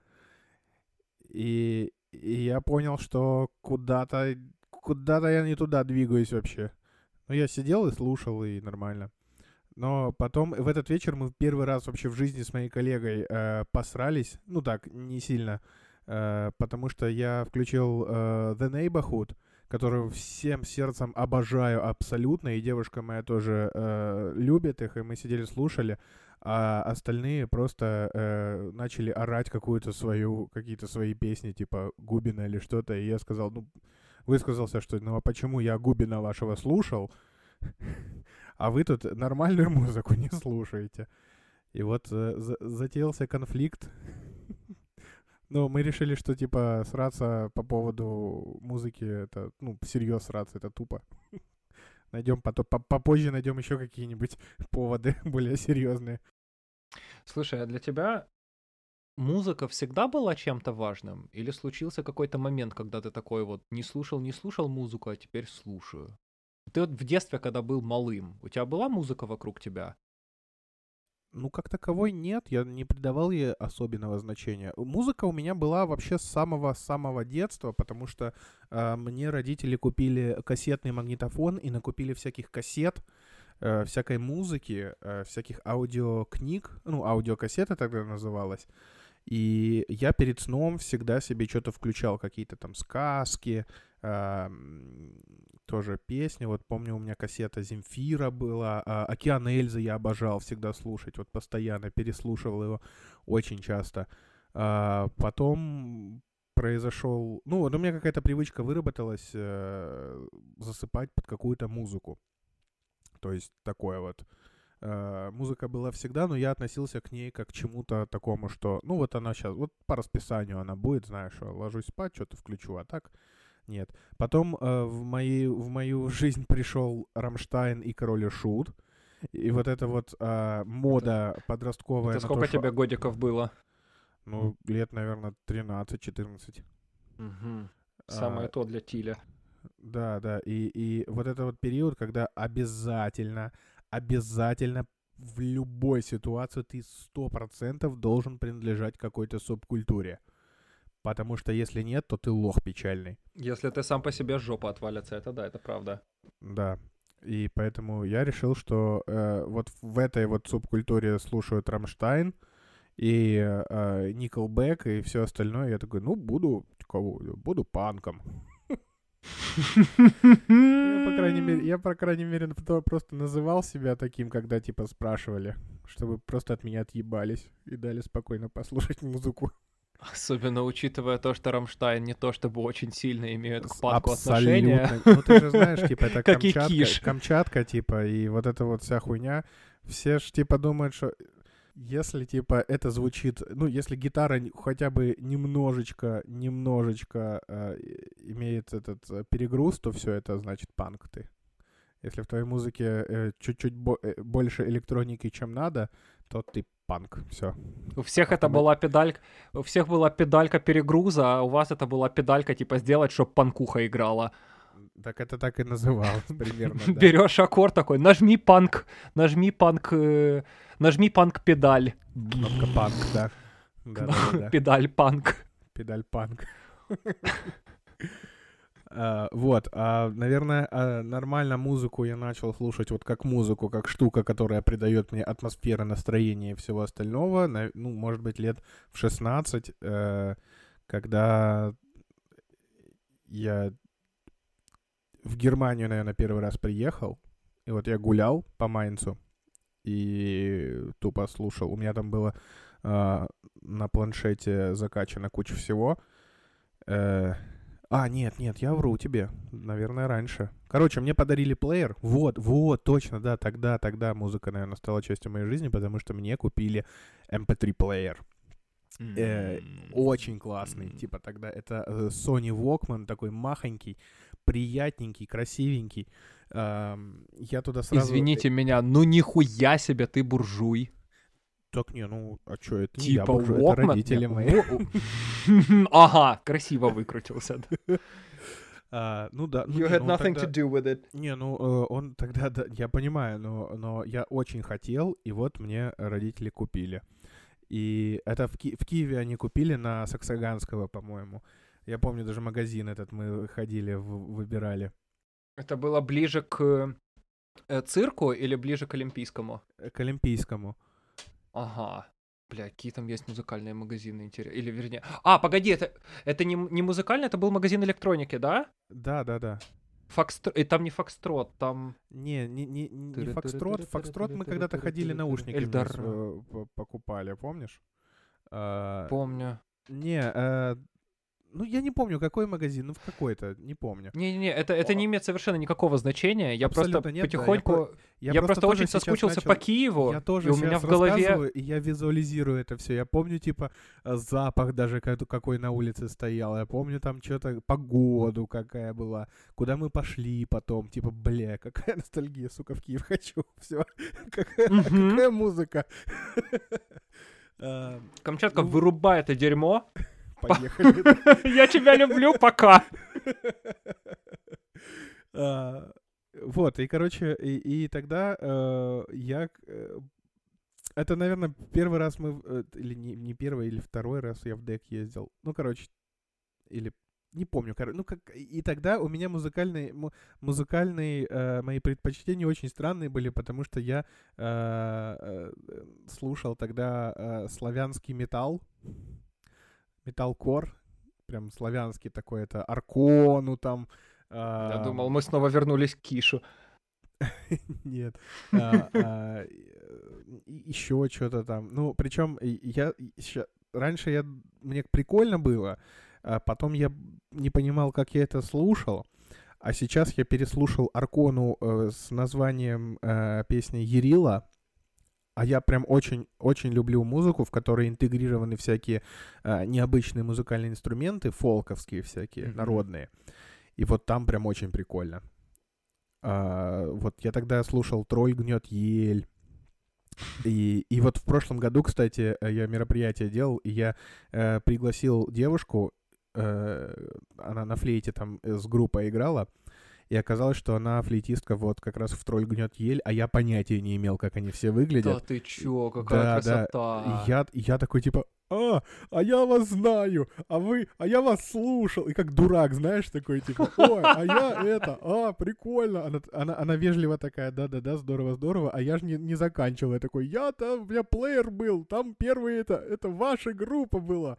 Speaker 1: и я понял, что куда-то я не туда двигаюсь вообще. Ну, я сидел и слушал, и нормально. Но потом в этот вечер мы первый раз вообще в жизни с моей коллегой посрались. Ну так, не сильно. Потому что я включил The Neighborhood, которую всем сердцем обожаю абсолютно. И девушка моя тоже любит их, и мы сидели, слушали. А остальные просто начали орать какие-то свои песни, типа Губина или что-то. И я сказал, высказался, что а почему я Губина вашего слушал, а вы тут нормальную музыку не слушаете. И вот затеялся конфликт. Но мы решили, что типа сраться по поводу музыки, это, всерьез сраться, это тупо. Попозже найдем еще какие-нибудь поводы более серьезные.
Speaker 2: Слушай, а для тебя музыка всегда была чем-то важным? Или случился какой-то момент, когда ты такой вот не слушал музыку, а теперь слушаю? Ты вот в детстве, когда был малым, у тебя была музыка вокруг тебя?
Speaker 1: Как таковой нет, я не придавал ей особенного значения. Музыка у меня была вообще с самого-самого детства, потому что мне родители купили кассетный магнитофон и накупили всяких кассет, всякой музыки, всяких аудиокниг, аудиокассета тогда называлась. И я перед сном всегда себе что-то включал, какие-то там сказки, тоже песни. Вот помню, у меня кассета Земфира была, «Океан Эльзы» я обожал всегда слушать, вот постоянно переслушивал его очень часто. Потом произошел... вот у меня какая-то привычка выработалась засыпать под какую-то музыку. То есть такое вот. Музыка была всегда, но я относился к ней как к чему-то такому, что, вот она сейчас, вот по расписанию она будет, знаешь, ложусь спать, что-то включу, а так нет. Потом в мою жизнь пришел Рамштайн и Король и Шут, и вот эта вот мода подростковая.
Speaker 2: Это сколько тебе годиков было?
Speaker 1: Лет, наверное, 13-14.
Speaker 2: Угу. Самое то для Тиля.
Speaker 1: Да, и вот это вот период, когда обязательно в любой ситуации ты 100% должен принадлежать какой-то субкультуре. Потому что если нет, то ты лох печальный.
Speaker 2: Если ты сам по себе, жопа отвалится, это да, это правда.
Speaker 1: Да. И поэтому я решил, что вот в этой вот субкультуре слушают Рамштайн и Nickelback и все остальное. Я такой, буду панком. Я, по крайней мере, просто называл себя таким, когда, типа, спрашивали, чтобы просто от меня отъебались и дали спокойно послушать музыку.
Speaker 2: Особенно учитывая то, что Рамштайн не то чтобы очень сильно имеют к панку отношения.
Speaker 1: Ты же знаешь, типа, это Камчатка, типа, и вот эта вот вся хуйня. Все ж, типа, думают, что если, типа, это звучит... если гитара хотя бы немножечко имеет этот перегруз, то все это значит панк ты. Если в твоей музыке чуть-чуть больше электроники, чем надо, то ты панк. Все.
Speaker 2: У всех это была педалька... У всех была педалька перегруза, а у вас это была педалька, типа, сделать, чтобы панкуха играла.
Speaker 1: Так это так и называлось примерно, да.
Speaker 2: Берешь аккорд такой, нажми панк педаль.
Speaker 1: Кнопка панк, да.
Speaker 2: Педаль панк.
Speaker 1: Педаль панк. Вот, наверное, нормально музыку я начал слушать вот как музыку, как штука, которая придает мне атмосферу, настроение и всего остального. Ну, может быть, лет в 16, когда я в Германию, наверное, первый раз приехал. И вот я гулял по Майнцу и тупо слушал. У меня там было на планшете закачана куча всего. Нет, я вру тебе. Наверное, раньше. Короче, мне подарили плеер. Вот, точно, да, тогда музыка, наверное, стала частью моей жизни, потому что мне купили MP3-плеер. Очень классный. Типа тогда это Sony Walkman, такой махонький, приятненький, красивенький. Я туда сразу...
Speaker 2: Извините меня, ну нихуя себе ты буржуй.
Speaker 1: Так не, ну, а чё, это не я
Speaker 2: Типа
Speaker 1: буржуй, это
Speaker 2: Walkman?
Speaker 1: родители мои.
Speaker 2: Ага, красиво выкрутился.
Speaker 1: Ну да.
Speaker 2: You had nothing to do with it.
Speaker 1: Не, ну, он тогда, да, я понимаю, но я очень хотел, и вот мне родители купили. И это в Киеве они купили на Саксаганского, по-моему. Я помню, даже магазин этот мы ходили, выбирали.
Speaker 2: Это было ближе к цирку или ближе к Олимпийскому?
Speaker 1: К Олимпийскому.
Speaker 2: Ага. Бля, какие там есть музыкальные магазины, интересно. Или вернее... погоди, это не музыкальный, это был магазин электроники, да?
Speaker 1: Да.
Speaker 2: Там не Фокстрот, там...
Speaker 1: Не Фокстрот. Фокстрот мы когда-то ходили, наушники покупали, помнишь?
Speaker 2: Помню.
Speaker 1: Ну, я не помню, какой магазин, ну, в какой-то, не помню.
Speaker 2: Не-не-не, это не имеет совершенно никакого значения. Я просто
Speaker 1: нет,
Speaker 2: потихоньку...
Speaker 1: Да.
Speaker 2: Я просто очень соскучился по Киеву,
Speaker 1: я тоже
Speaker 2: и у меня в голове...
Speaker 1: И я визуализирую это все. Я помню, типа, запах даже, какой на улице стоял. Я помню там что-то, погоду какая была, куда мы пошли потом. Типа, бля, какая ностальгия, сука, в Киев хочу. Все. Какая музыка.
Speaker 2: Камчатка, вырубай это дерьмо.
Speaker 1: Поехали.
Speaker 2: Я тебя люблю, пока.
Speaker 1: Вот, и, короче, и тогда я... Это, наверное, первый раз мы... Или не первый, или второй раз я в ДЭК ездил. Ну, короче, или... Не помню. Ну, и тогда у меня музыкальные мои предпочтения очень странные были, потому что я слушал тогда славянский металл. Металкор, прям славянский такой, это Аркону там.
Speaker 2: Я думал, мы снова вернулись к Кишу.
Speaker 1: Нет. Еще что-то там. Ну, причем раньше мне прикольно было, а потом я не понимал, как я это слушал. А сейчас я переслушал Аркону с названием песни Ярила. А я прям очень люблю музыку, в которой интегрированы всякие необычные музыкальные инструменты, фолковские всякие, народные. И вот там прям очень прикольно. Вот я тогда слушал «Тролль гнет ель». И вот в прошлом году, кстати, я мероприятие делал, и я пригласил девушку, она на флейте там с группой играла, и оказалось, что она флейтистка вот как раз в «Тролль гнет ель», а я понятия не имел, как они все выглядят.
Speaker 2: Да ты чё, какая красота.
Speaker 1: Да. Я такой типа, а я вас знаю, а я вас слушал. И как дурак, знаешь, такой типа, ой, а я прикольно. Она вежливо такая, да, здорово, а я же не заканчивал. Я такой, у меня плеер был, там первый это ваша группа была.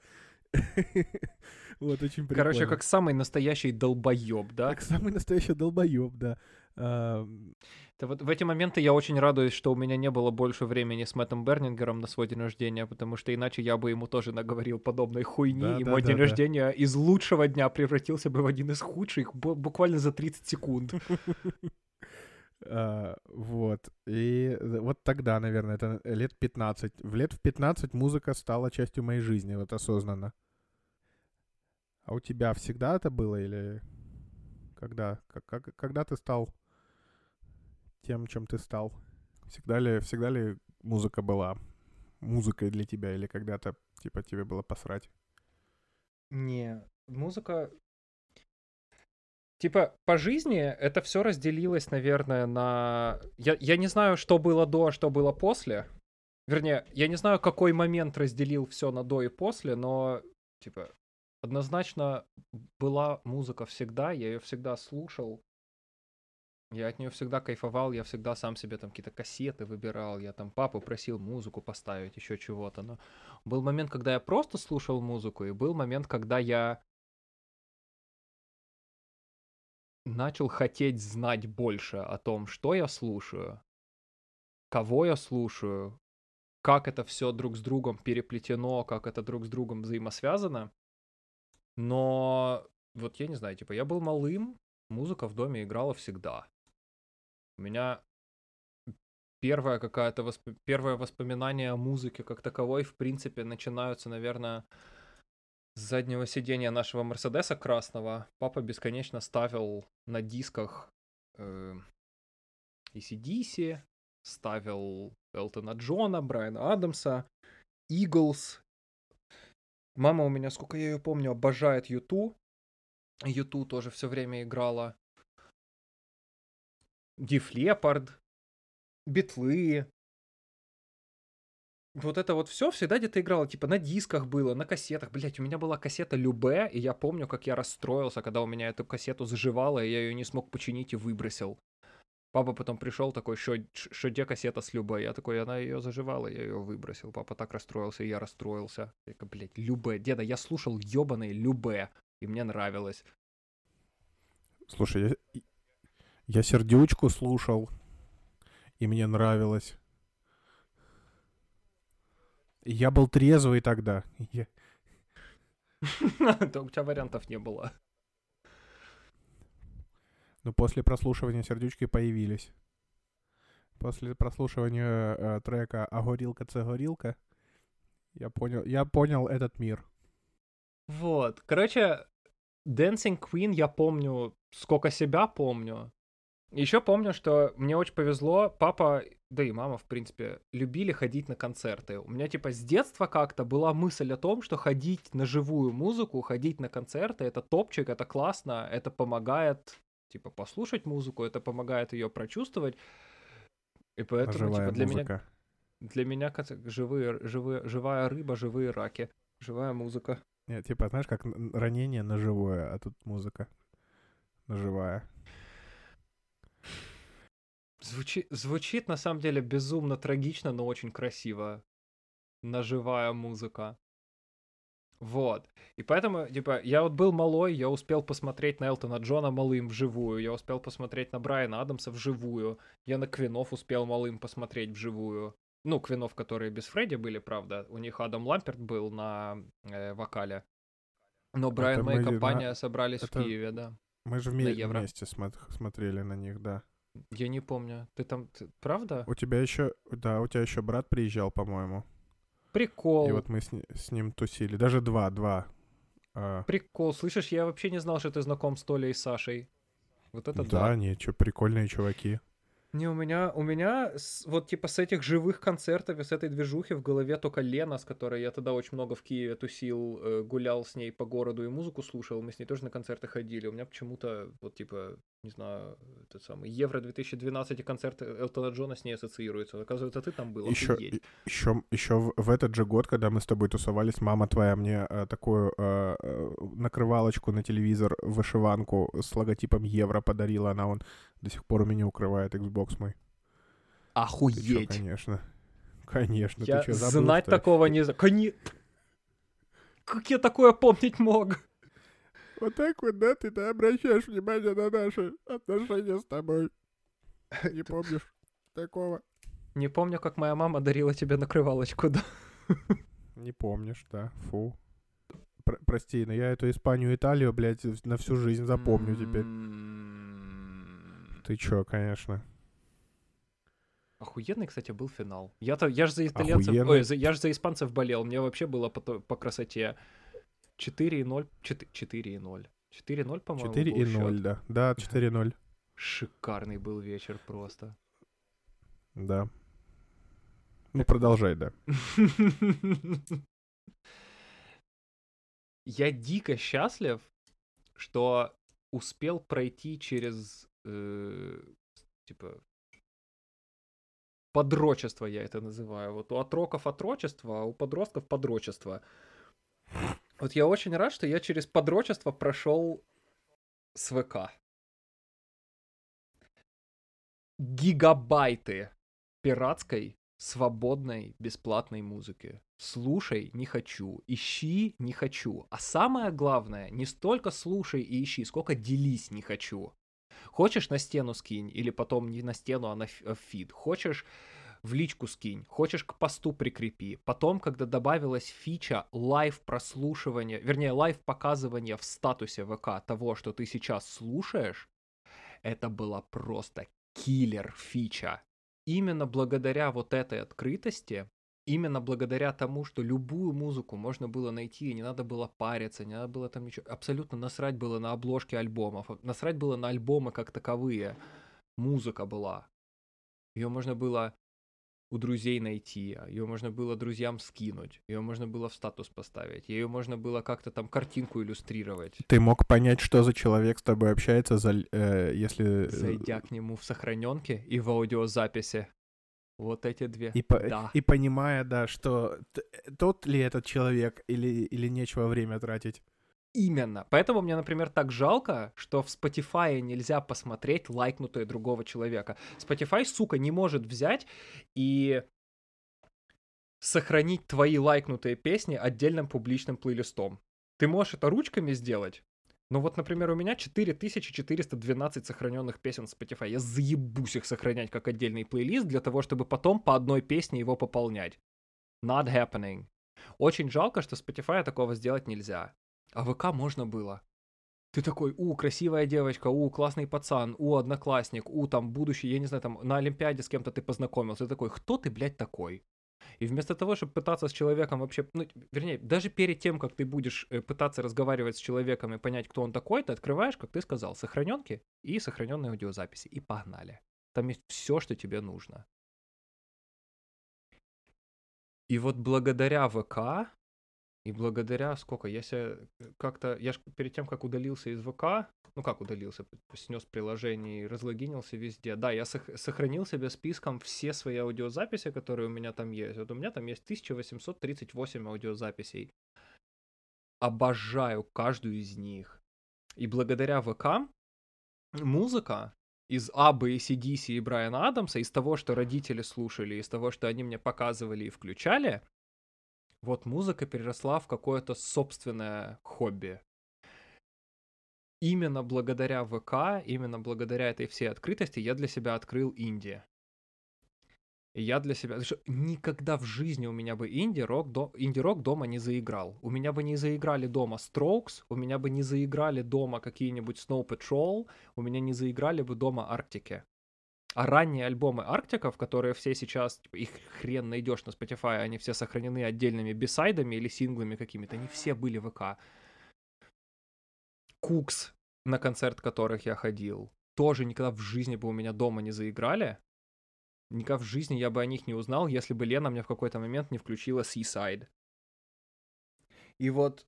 Speaker 1: Вот, очень прикольно.
Speaker 2: Короче, как самый настоящий долбоёб, да?
Speaker 1: Как самый настоящий долбоёб, да.
Speaker 2: Вот в эти моменты я очень радуюсь, что у меня не было больше времени с Мэттом Бернингером на свой день рождения, потому что иначе я бы ему тоже наговорил подобной хуйни, и мой день рождения из лучшего дня превратился бы в один из худших буквально за 30 секунд.
Speaker 1: Вот. И вот тогда, наверное, это лет 15. Лет в 15 музыка стала частью моей жизни, вот осознанно. А у тебя всегда это было или когда ты стал тем, чем ты стал? Всегда ли музыка была музыкой для тебя или когда-то типа тебе было посрать?
Speaker 2: Не, музыка... Типа, по жизни это все разделилось, наверное, на... Я не знаю, что было до, а что было после. Вернее, я не знаю, какой момент разделил все на до и после, но, типа, однозначно была музыка всегда, я ее всегда слушал, я от нее всегда кайфовал, я всегда сам себе там какие-то кассеты выбирал, я там папу просил музыку поставить, еще чего-то. Но был момент, когда я просто слушал музыку, и был момент, когда я начал хотеть знать больше о том, что я слушаю, кого я слушаю, как это все друг с другом переплетено, как это друг с другом взаимосвязано. Но вот я не знаю, типа я был малым, музыка в доме играла всегда. У меня первое воспоминание о музыке как таковой, в принципе, начинаются, наверное, с заднего сидения нашего Мерседеса красного. Папа бесконечно ставил на дисках э, AC/DC, ставил Элтона Джона, Брайана Адамса, Eagles. Мама у меня, сколько я ее помню, обожает Юту. Юту тоже все время играла. Диф Лепард, Битлы. Вот это вот все всегда где-то играло, типа на дисках было, на кассетах. Блять, у меня была кассета Любе, и я помню, как я расстроился, когда у меня эту кассету заживала, и я ее не смог починить и выбросил. Папа потом пришел такой, что где кассета с Любе? Я такой, она ее заживала, я ее выбросил. Папа так расстроился, и я расстроился. Я такой, блядь, Любе. Деда, я слушал ебаный Любе, и мне нравилось.
Speaker 1: Слушай, я сердючку слушал, и мне нравилось. Я был трезвый тогда.
Speaker 2: У тебя вариантов не было.
Speaker 1: Но после прослушивания сердючки появились. После прослушивания трека «А горилка це горилка» я понял этот мир.
Speaker 2: Вот, короче, Dancing Queen я помню, сколько себя помню. Еще помню, что мне очень повезло, папа, да и мама, в принципе, любили ходить на концерты. У меня, типа, с детства как-то была мысль о том, что ходить на живую музыку, ходить на концерты, это топчик, это классно, это помогает, типа, послушать музыку, это помогает ее прочувствовать. И поэтому,
Speaker 1: Живая
Speaker 2: типа,
Speaker 1: музыка.
Speaker 2: для меня живая рыба, живые раки, живая музыка.
Speaker 1: Нет, типа, знаешь, как ранение ножевое, а тут музыка ножевая.
Speaker 2: Звучит на самом деле безумно трагично, но очень красиво. Ножевая музыка. Вот. И поэтому, типа, я вот был малой, я успел посмотреть на Элтона Джона малым вживую, я успел посмотреть на Брайана Адамса вживую, я на Квинов успел малым посмотреть вживую. Ну, Квинов, которые без Фредди были, правда. У них Адам Ламперт был на вокале. Но Брайан
Speaker 1: Это
Speaker 2: Мэй и
Speaker 1: мы
Speaker 2: компания собрались в
Speaker 1: это
Speaker 2: Киеве, да,
Speaker 1: мы же
Speaker 2: на Евро.
Speaker 1: вместе смотрели на них, да.
Speaker 2: Я не помню. Ты там, правда?
Speaker 1: У тебя еще брат приезжал, по-моему. И
Speaker 2: Прикол.
Speaker 1: вот мы с ним тусили. Даже два. А,
Speaker 2: Прикол. Слышишь, я вообще не знал, что ты знаком с Толей и Сашей. Вот это
Speaker 1: да,
Speaker 2: да.
Speaker 1: не, что, прикольные чуваки.
Speaker 2: Не, у меня вот типа с этих живых концертов и с этой движухи в голове только Лена, с которой я тогда очень много в Киеве тусил, гулял с ней по городу и музыку слушал, мы с ней тоже на концерты ходили. У меня почему-то вот типа, не знаю, этот самый Евро 2012 и концерт Элтона Джона с ней ассоциируются. Оказывается, ты там был,
Speaker 1: Еще,
Speaker 2: охуеть.
Speaker 1: еще в этот же год, когда мы с тобой тусовались, мама твоя мне такую накрывалочку на телевизор, вышиванку с логотипом Евро подарила. Она до сих пор у меня укрывает Xbox мой. Ты чё,
Speaker 2: Охуеть.
Speaker 1: конечно. Конечно, ты
Speaker 2: Я
Speaker 1: чё, забыл,
Speaker 2: знать
Speaker 1: что ли?
Speaker 2: такого не... Как я такое помнить мог?
Speaker 1: Вот так вот, да, ты обращаешь внимание на наши отношения с тобой. Не помнишь такого?
Speaker 2: Не помню, как моя мама дарила тебе накрывалочку, да?
Speaker 1: Не помнишь, да, фу. Прости, но я эту Испанию и Италию, блядь, на всю жизнь запомню теперь. Ты чё, конечно.
Speaker 2: Охуенный, кстати, был финал. Я же за итальянцев...
Speaker 1: Охуенный.
Speaker 2: Я же за испанцев болел. Мне вообще было по красоте 4:0. 4:0. 4:0, по-моему, был
Speaker 1: 4:0,
Speaker 2: счет.
Speaker 1: да. Да, 4:0.
Speaker 2: Шикарный был вечер просто.
Speaker 1: Да. Ну,
Speaker 2: Так
Speaker 1: продолжай, да.
Speaker 2: Я дико счастлив, что успел пройти через, типа, подрочество я это называю. Вот у отроков отрочество, а у подростков подрочество. Вот я очень рад, что я через подрочество прошел с ВК. Гигабайты пиратской, свободной, бесплатной музыки. Слушай, не хочу. Ищи, не хочу. А самое главное, не столько слушай и ищи, сколько делись не хочу. Хочешь, на стену скинь, или потом не на стену, а в фид. Хочешь, в личку скинь. Хочешь, к посту прикрепи. Потом, когда добавилась фича лайв-прослушивания, вернее, лайв-показывания в статусе ВК того, что ты сейчас слушаешь, это была просто киллер фича. Именно благодаря вот этой открытости, именно благодаря тому, что любую музыку можно было найти, и не надо было париться, не надо было там ничего, абсолютно насрать было на обложки альбомов, насрать было на альбомы как таковые. Музыка была. Ее можно было у друзей найти, ее можно было друзьям скинуть, ее можно было в статус поставить, ее можно было как-то там картинку иллюстрировать.
Speaker 1: Ты мог понять, что за человек с тобой общается, если...
Speaker 2: Зайдя к нему в сохраненке и в аудиозаписи. Вот эти две. Да.
Speaker 1: И понимая, да, что тот ли этот человек или нечего время тратить.
Speaker 2: Именно. Поэтому мне, например, так жалко, что в Spotify нельзя посмотреть лайкнутое другого человека. Spotify, сука, не может взять и сохранить твои лайкнутые песни отдельным публичным плейлистом. Ты можешь это ручками сделать, но вот, например, у меня 4412 сохраненных песен в Spotify. Я заебусь их сохранять как отдельный плейлист для того, чтобы потом по одной песне его пополнять. Not happening. Очень жалко, что Spotify такого сделать нельзя. А ВК можно было. Ты такой, красивая девочка, классный пацан, одноклассник, там будущий, я не знаю, там на Олимпиаде с кем-то ты познакомился. Ты такой, кто ты, блядь, такой? И вместо того, чтобы пытаться с человеком вообще, ну, вернее, даже перед тем, как ты будешь пытаться разговаривать с человеком и понять, кто он такой, ты открываешь, как ты сказал, сохраненки и сохраненные аудиозаписи. И погнали. Там есть все, что тебе нужно. И вот благодаря ВК, и благодаря сколько, я себя как-то, я ж перед тем, как удалился из ВК, ну как удалился, снес приложение и разлогинился везде. Да, я сохранил себе списком все свои аудиозаписи, которые у меня там есть. Вот у меня там есть 1838 аудиозаписей. Обожаю каждую из них. И благодаря ВК музыка из Аббы, AC/DC и Брайана Адамса, из того, что родители слушали, из того, что они мне показывали и включали, вот музыка переросла в какое-то собственное хобби. Именно благодаря ВК, именно благодаря этой всей открытости я для себя открыл инди. И я для себя... Никогда в жизни у меня бы инди-рок дома не заиграл. У меня бы не заиграли дома Strokes, у меня бы не заиграли дома какие-нибудь Snow Patrol, у меня не заиграли бы дома Арктики. А ранние альбомы Арктиков, которые все сейчас, типа, их хрен найдешь на Spotify, они все сохранены отдельными бисайдами или синглами какими-то, они все были в ВК. Кукс, на концерт которых я ходил, тоже никогда в жизни бы у меня дома не заиграли. Никогда в жизни я бы о них не узнал, если бы Лена мне в какой-то момент не включила Seaside. И вот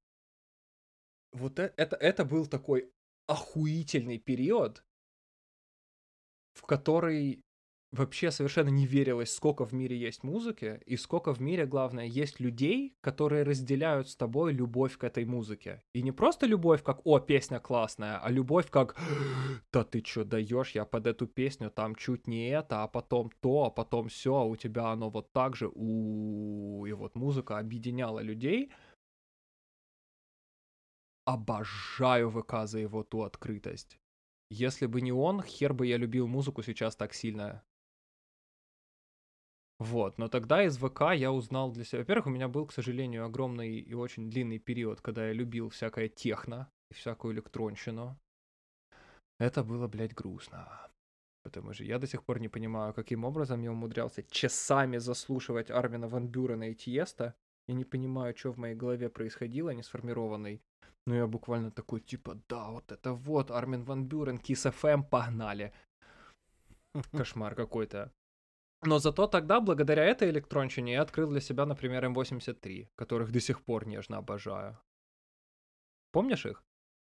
Speaker 2: это был такой охуительный период, в который вообще совершенно не верилось, сколько в мире есть музыки, и сколько в мире, главное, есть людей, которые разделяют с тобой любовь к этой музыке. И не просто любовь как «О, песня классная», а любовь как «Да ты чё даешь, я под эту песню там чуть не это, а потом то, а потом все, а у тебя оно вот так же». И вот музыка объединяла людей. Обожаю ВК за его ту открытость. Если бы не он, хер бы я любил музыку сейчас так сильно. Вот, но тогда из ВК я узнал для себя... Во-первых, у меня был, к сожалению, огромный и очень длинный период, когда я любил всякое техно и всякую электронщину. Это было, блядь, грустно. Потому что я до сих пор не понимаю, каким образом я умудрялся часами заслушивать Армина ван Бюрена и Тиеста. Я не понимаю, что в моей голове происходило, не сформированной. Но я буквально такой, типа, да, вот это вот, Армин ван Бюрен, Kiss FM, погнали. Кошмар какой-то. Но зато тогда, благодаря этой электронщине, я открыл для себя, например, М83, которых до сих пор нежно обожаю. Помнишь их?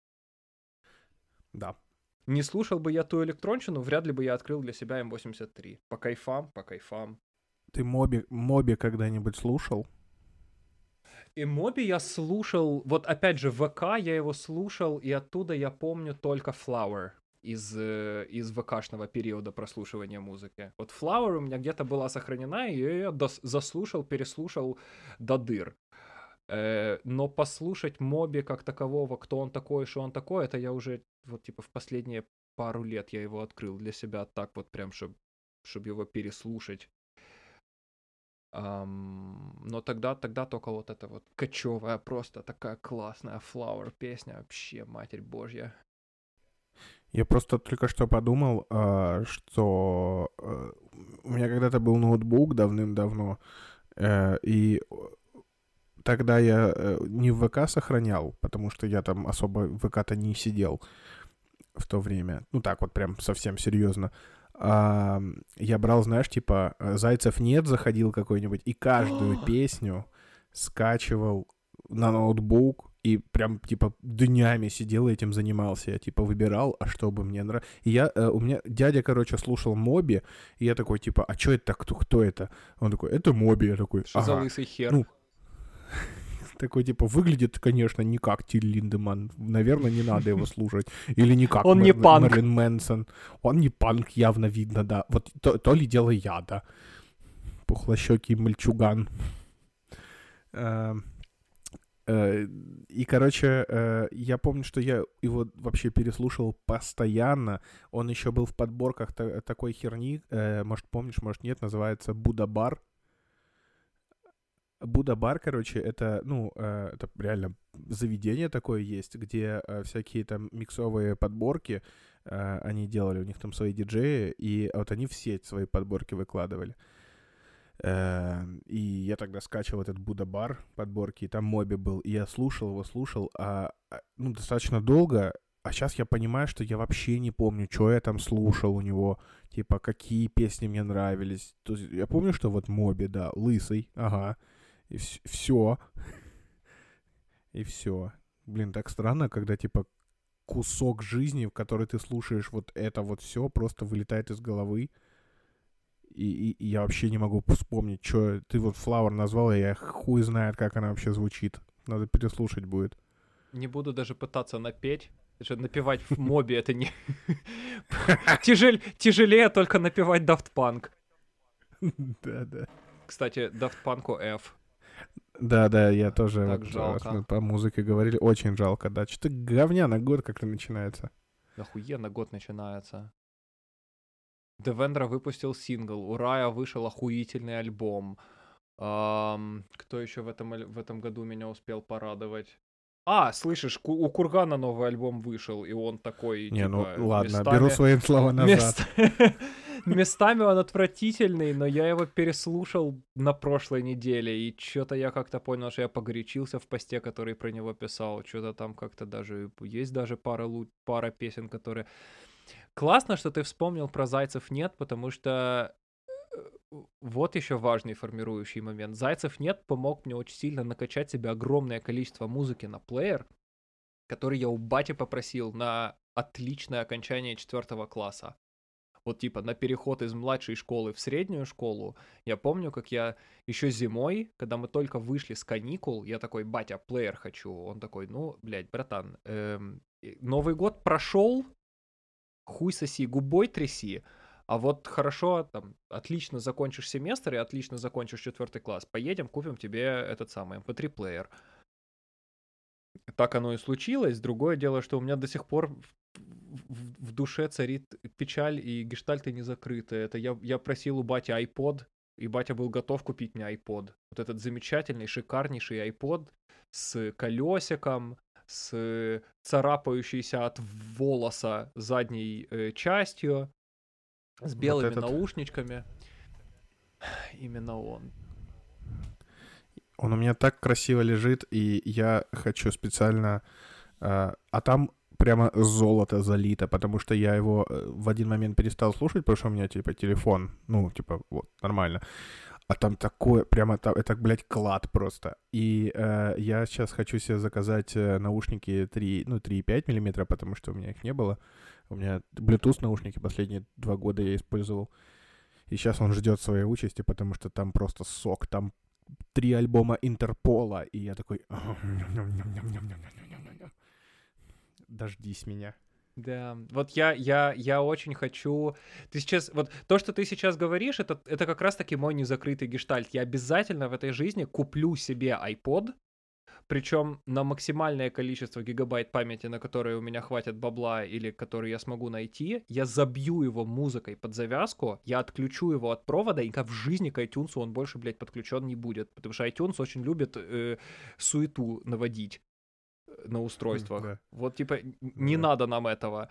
Speaker 1: Да.
Speaker 2: Не слушал бы я ту электронщину, вряд ли бы я открыл для себя М83. По кайфам, по кайфам.
Speaker 1: Ты Моби когда-нибудь слушал?
Speaker 2: И Моби я слушал, вот опять же, в ВК я его слушал, и оттуда я помню только Flower из ВКшного периода прослушивания музыки. Вот Flower у меня где-то была сохранена, и я заслушал, переслушал до дыр. Но послушать Моби как такового, кто он такой, что он такой, это я уже вот типа в последние пару лет я его открыл для себя так вот прям, чтобы его переслушать. Но тогда только вот эта вот кочевая, просто такая классная Flower песня, вообще, Матерь Божья.
Speaker 1: Я просто только что подумал, что у меня когда-то был ноутбук давным-давно, и тогда я не в ВК сохранял, потому что я там особо в ВК-то не сидел в то время. Ну так вот прям совсем серьезно. Я брал, знаешь, типа «Зайцев нет» заходил какой-нибудь и каждую песню скачивал на ноутбук и прям типа днями сидел и этим занимался. Я типа выбирал, а что бы мне нравилось. И у меня дядя, короче, слушал Моби, и я такой типа, а что это, кто это? Он такой, это Моби. Я такой,
Speaker 2: Что за лысый хер?
Speaker 1: Ну, такой, типа, выглядит, конечно, не как Тиль Линдеманн. Наверное, не надо его слушать. Или не как
Speaker 2: Он не панк.
Speaker 1: Мерлин Мэнсон. Он не панк, явно видно, да. Вот то ли дело я, да. Пухлощёкий мальчуган. И, короче, я помню, что я его вообще переслушивал постоянно. Он еще был в подборках такой херни, может, помнишь, может, нет, называется «Будда-бар». Будда-бар, короче, это, это реально заведение такое есть, где всякие там миксовые подборки они делали, у них там свои диджеи, и вот они в сеть свои подборки выкладывали. И я тогда скачивал этот Будда-бар подборки, и там Моби был, и я слушал его, достаточно долго, а сейчас я понимаю, что я вообще не помню, что я там слушал у него, типа, какие песни мне нравились. То есть я помню, что вот Моби, да, лысый, ага, и все. И все. Блин, так странно, когда, типа, кусок жизни, в который ты слушаешь вот это вот все, просто вылетает из головы. И я вообще не могу вспомнить, что ты вот Flower назвал, и я хуй знает, как она вообще звучит. Надо переслушать будет.
Speaker 2: Не буду даже пытаться напеть. Напевать в Моби это не... Тяжелее только напевать Daft Punk.
Speaker 1: Да.
Speaker 2: Кстати, Daft Punk'у F.
Speaker 1: Да, я тоже,
Speaker 2: так
Speaker 1: вот,
Speaker 2: жалко.
Speaker 1: мы по музыке говорили, очень жалко, да. Что-то говняно год как-то начинается.
Speaker 2: Охуенно год начинается. Девендра выпустил сингл, у Рая вышел охуительный альбом. Кто еще в этом году меня успел порадовать? Слышишь, у Кургана новый альбом вышел, и он такой,
Speaker 1: Не,
Speaker 2: типа,
Speaker 1: ну ладно,
Speaker 2: местами...
Speaker 1: беру свои слова назад.
Speaker 2: Местами он отвратительный, но я его переслушал на прошлой неделе, и что-то я как-то понял, что я погорячился в посте, который про него писал. Что-то там как-то даже... Есть даже пара песен, которые... Классно, что ты вспомнил про «Зайцев нет», потому что вот еще важный формирующий момент. «Зайцев нет» помог мне очень сильно накачать себе огромное количество музыки на плеер, который я у бати попросил на отличное окончание 4 класса. Вот типа на переход из младшей школы в среднюю школу. Я помню, как я еще зимой, когда мы только вышли с каникул, я такой, батя, плеер хочу. Он такой, блядь, братан, Новый год прошел, хуй соси, губой тряси, а вот хорошо, там, отлично закончишь семестр и отлично закончишь 4 класс, поедем, купим тебе этот самый MP3-плеер. Так оно и случилось. Другое дело, что у меня до сих пор в душе царит печаль, и гештальты не закрыты. Это я просил у бати iPod, и батя был готов купить мне iPod. Вот этот замечательный, шикарнейший iPod с колесиком, с царапающейся от волоса задней частью, с белыми
Speaker 1: Вот
Speaker 2: наушничками. Именно он.
Speaker 1: Он у меня так красиво лежит, и я хочу специально... А там прямо золото залито, потому что я его в один момент перестал слушать, потому что у меня, типа, телефон, вот, нормально. А там такое, прямо, это, блядь, клад просто. И я сейчас хочу себе заказать наушники 3,5 мм, потому что у меня их не было. У меня Bluetooth наушники последние 2 года я использовал. И сейчас он ждет своей участи, потому что там просто сок, там 3 альбома Интерпола, и я такой... Дождись меня.
Speaker 2: Да, вот я очень хочу... Ты сейчас... Вот то, что ты сейчас говоришь, это как раз-таки мой незакрытый гештальт. Я обязательно в этой жизни куплю себе iPod, причем на максимальное количество гигабайт памяти, на которые у меня хватит бабла или которые я смогу найти, я забью его музыкой под завязку, я отключу его от провода, и в жизни к iTunes он больше, блядь, подключен не будет, потому что iTunes очень любит суету наводить на устройствах.
Speaker 1: Да.
Speaker 2: Вот, типа, не
Speaker 1: Да.
Speaker 2: надо нам этого.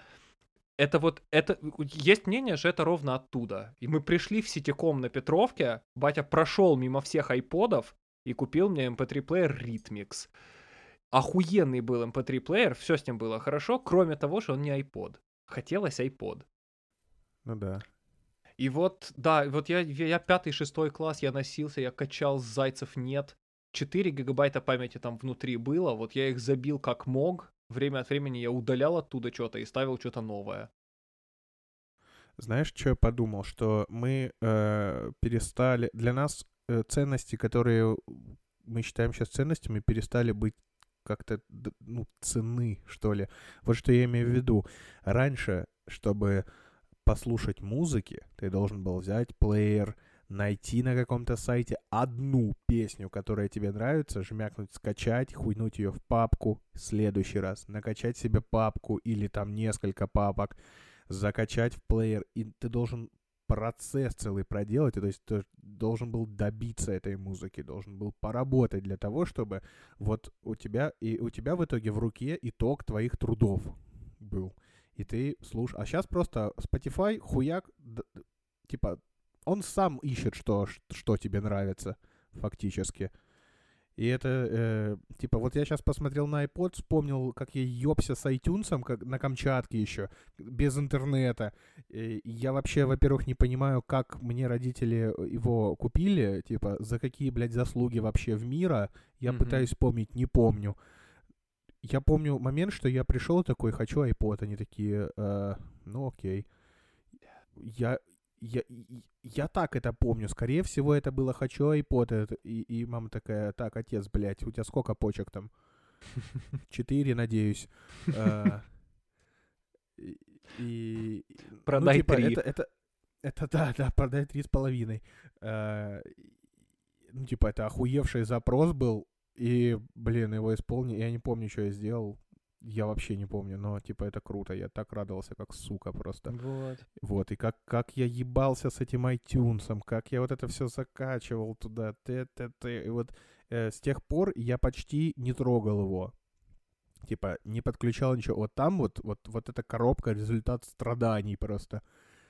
Speaker 2: Это есть мнение, что это ровно оттуда. И мы пришли в Ситиком на Петровке, батя прошел мимо всех айподов и купил мне MP3-плеер Rhythmix. Охуенный был MP3-плеер, все с ним было хорошо, кроме того, что он не iPod. Хотелось iPod.
Speaker 1: Ну да.
Speaker 2: И вот, да, вот я 5-6 класс, я носился, я качал зайцев нет. 4 гигабайта памяти там внутри было, вот я их забил как мог. Время от времени я удалял оттуда что-то и ставил что-то новое.
Speaker 1: Знаешь, что я подумал? Что мы перестали... Для нас ценности, которые мы считаем сейчас ценностями, перестали быть как-то, ну, цены, что ли. Вот что я имею в виду. Раньше, чтобы послушать музыки, ты должен был взять плеер, найти на каком-то сайте одну песню, которая тебе нравится, жмякнуть, скачать, хуйнуть ее в папку, в следующий раз накачать себе папку или там несколько папок, закачать в плеер, и ты должен процесс целый проделать, то есть ты должен был добиться этой музыки, должен был поработать для того, чтобы вот у тебя в итоге в руке итог твоих трудов был. И ты слушаешь. А сейчас просто Spotify, хуяк, типа, он сам ищет, что тебе нравится, фактически. И это, типа, вот я сейчас посмотрел на iPod, вспомнил, как я ёбся с iTunes, как на Камчатке еще, без интернета. И я вообще, во-первых, не понимаю, как мне родители его купили, типа, за какие, блядь, заслуги вообще в мира. Я пытаюсь вспомнить, не помню. Я помню момент, что я пришел такой, хочу iPod, они такие, ну окей. Я так это помню. Скорее всего, это было «хочу iPod». И мама такая, так, отец, блядь, у тебя сколько почек там? 4, надеюсь. Ну,
Speaker 2: Продай
Speaker 1: типа,
Speaker 2: 3.
Speaker 1: это да, продай 3,5. Ну, типа, это охуевший запрос был. И, блин, его исполнил. Я не помню, что я сделал. Я вообще не помню, но, типа, это круто. Я так радовался, как сука просто.
Speaker 2: Вот.
Speaker 1: Вот, и как я ебался с этим iTunes, как я вот это все закачивал туда. И вот с тех пор я почти не трогал его. Типа, не подключал ничего. Вот там вот эта коробка — результат страданий просто.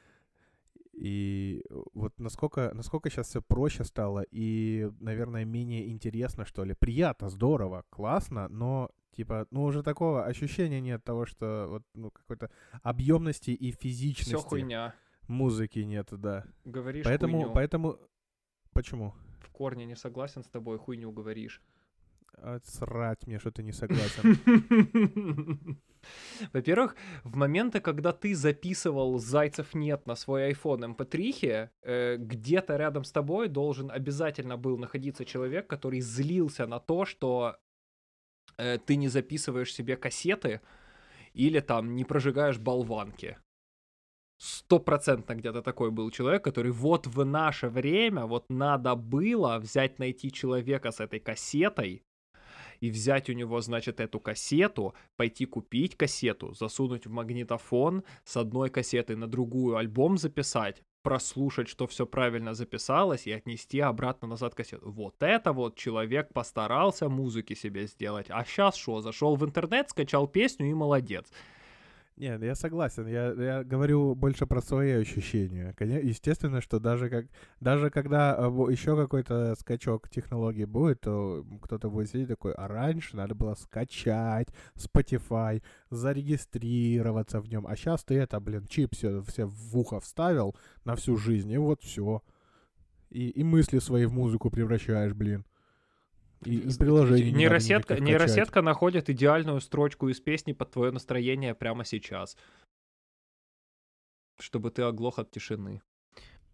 Speaker 1: И вот насколько сейчас все проще стало и, наверное, менее интересно, что ли. Приятно, здорово, классно, но типа, ну уже такого ощущения нет того, что вот, ну, какой-то объемности и
Speaker 2: Все
Speaker 1: физичности
Speaker 2: хуйня.
Speaker 1: музыки нет, да.
Speaker 2: Говоришь
Speaker 1: Поэтому,
Speaker 2: хуйню.
Speaker 1: почему?
Speaker 2: В корне не согласен с тобой, хуйню говоришь.
Speaker 1: Срать мне, что ты не согласен.
Speaker 2: Во-первых, в моменты, когда ты записывал «Зайцев нет» на свой iPhone MP3, где-то рядом с тобой должен обязательно был находиться человек, который злился на то, что ты не записываешь себе кассеты или там не прожигаешь болванки. 100% где-то такой был человек, который вот в наше время вот надо было взять, найти человека с этой кассетой, и взять у него, значит, эту кассету, пойти купить кассету, засунуть в магнитофон, с одной кассеты на другую альбом записать, прослушать, что все правильно записалось, и отнести обратно назад кассету. Вот это вот человек постарался музыки себе сделать. А сейчас что, зашел в интернет, скачал песню и молодец.
Speaker 1: Нет, я согласен. Я говорю больше про свои ощущения. Естественно, что даже когда еще какой-то скачок технологий будет, то кто-то будет сидеть такой, а раньше надо было скачать Spotify, зарегистрироваться в нем. А сейчас ты это, блин, чип все в ухо вставил на всю жизнь, и вот все. И мысли свои в музыку превращаешь, блин. И приложений не надо никаких качать.
Speaker 2: Нейросетка находит идеальную строчку из песни под твое настроение прямо сейчас, чтобы ты оглох от тишины.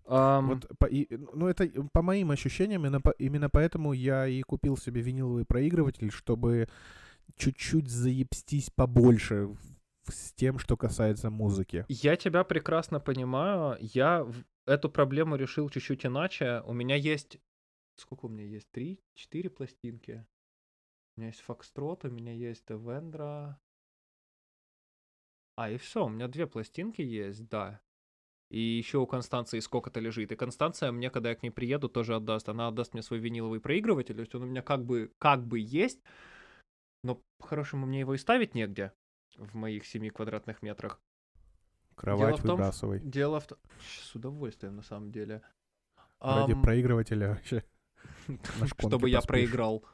Speaker 2: Ам,
Speaker 1: Вот, ну, это по моим ощущениям, именно поэтому я и купил себе виниловый проигрыватель, чтобы чуть-чуть заебстись побольше с тем, что касается музыки.
Speaker 2: я тебя прекрасно понимаю. Эту проблему решил чуть-чуть иначе. У меня есть... Сколько у меня есть? 3-4 пластинки. У меня есть Фокстрот, у меня есть Вендра. И все, у меня 2 пластинки есть, да. И еще у Констанции сколько-то лежит. И Констанция мне, когда я к ней приеду, тоже отдаст. Она отдаст мне свой виниловый проигрыватель. То есть он у меня как бы есть, но по-хорошему мне его и ставить негде в моих 7 квадратных метрах. Дело
Speaker 1: Кровать
Speaker 2: в том,
Speaker 1: выбрасывай.
Speaker 2: с удовольствием на самом деле.
Speaker 1: Ради
Speaker 2: Ам,
Speaker 1: проигрывателя вообще на шконке
Speaker 2: Чтобы я
Speaker 1: поспишь.
Speaker 2: проиграл.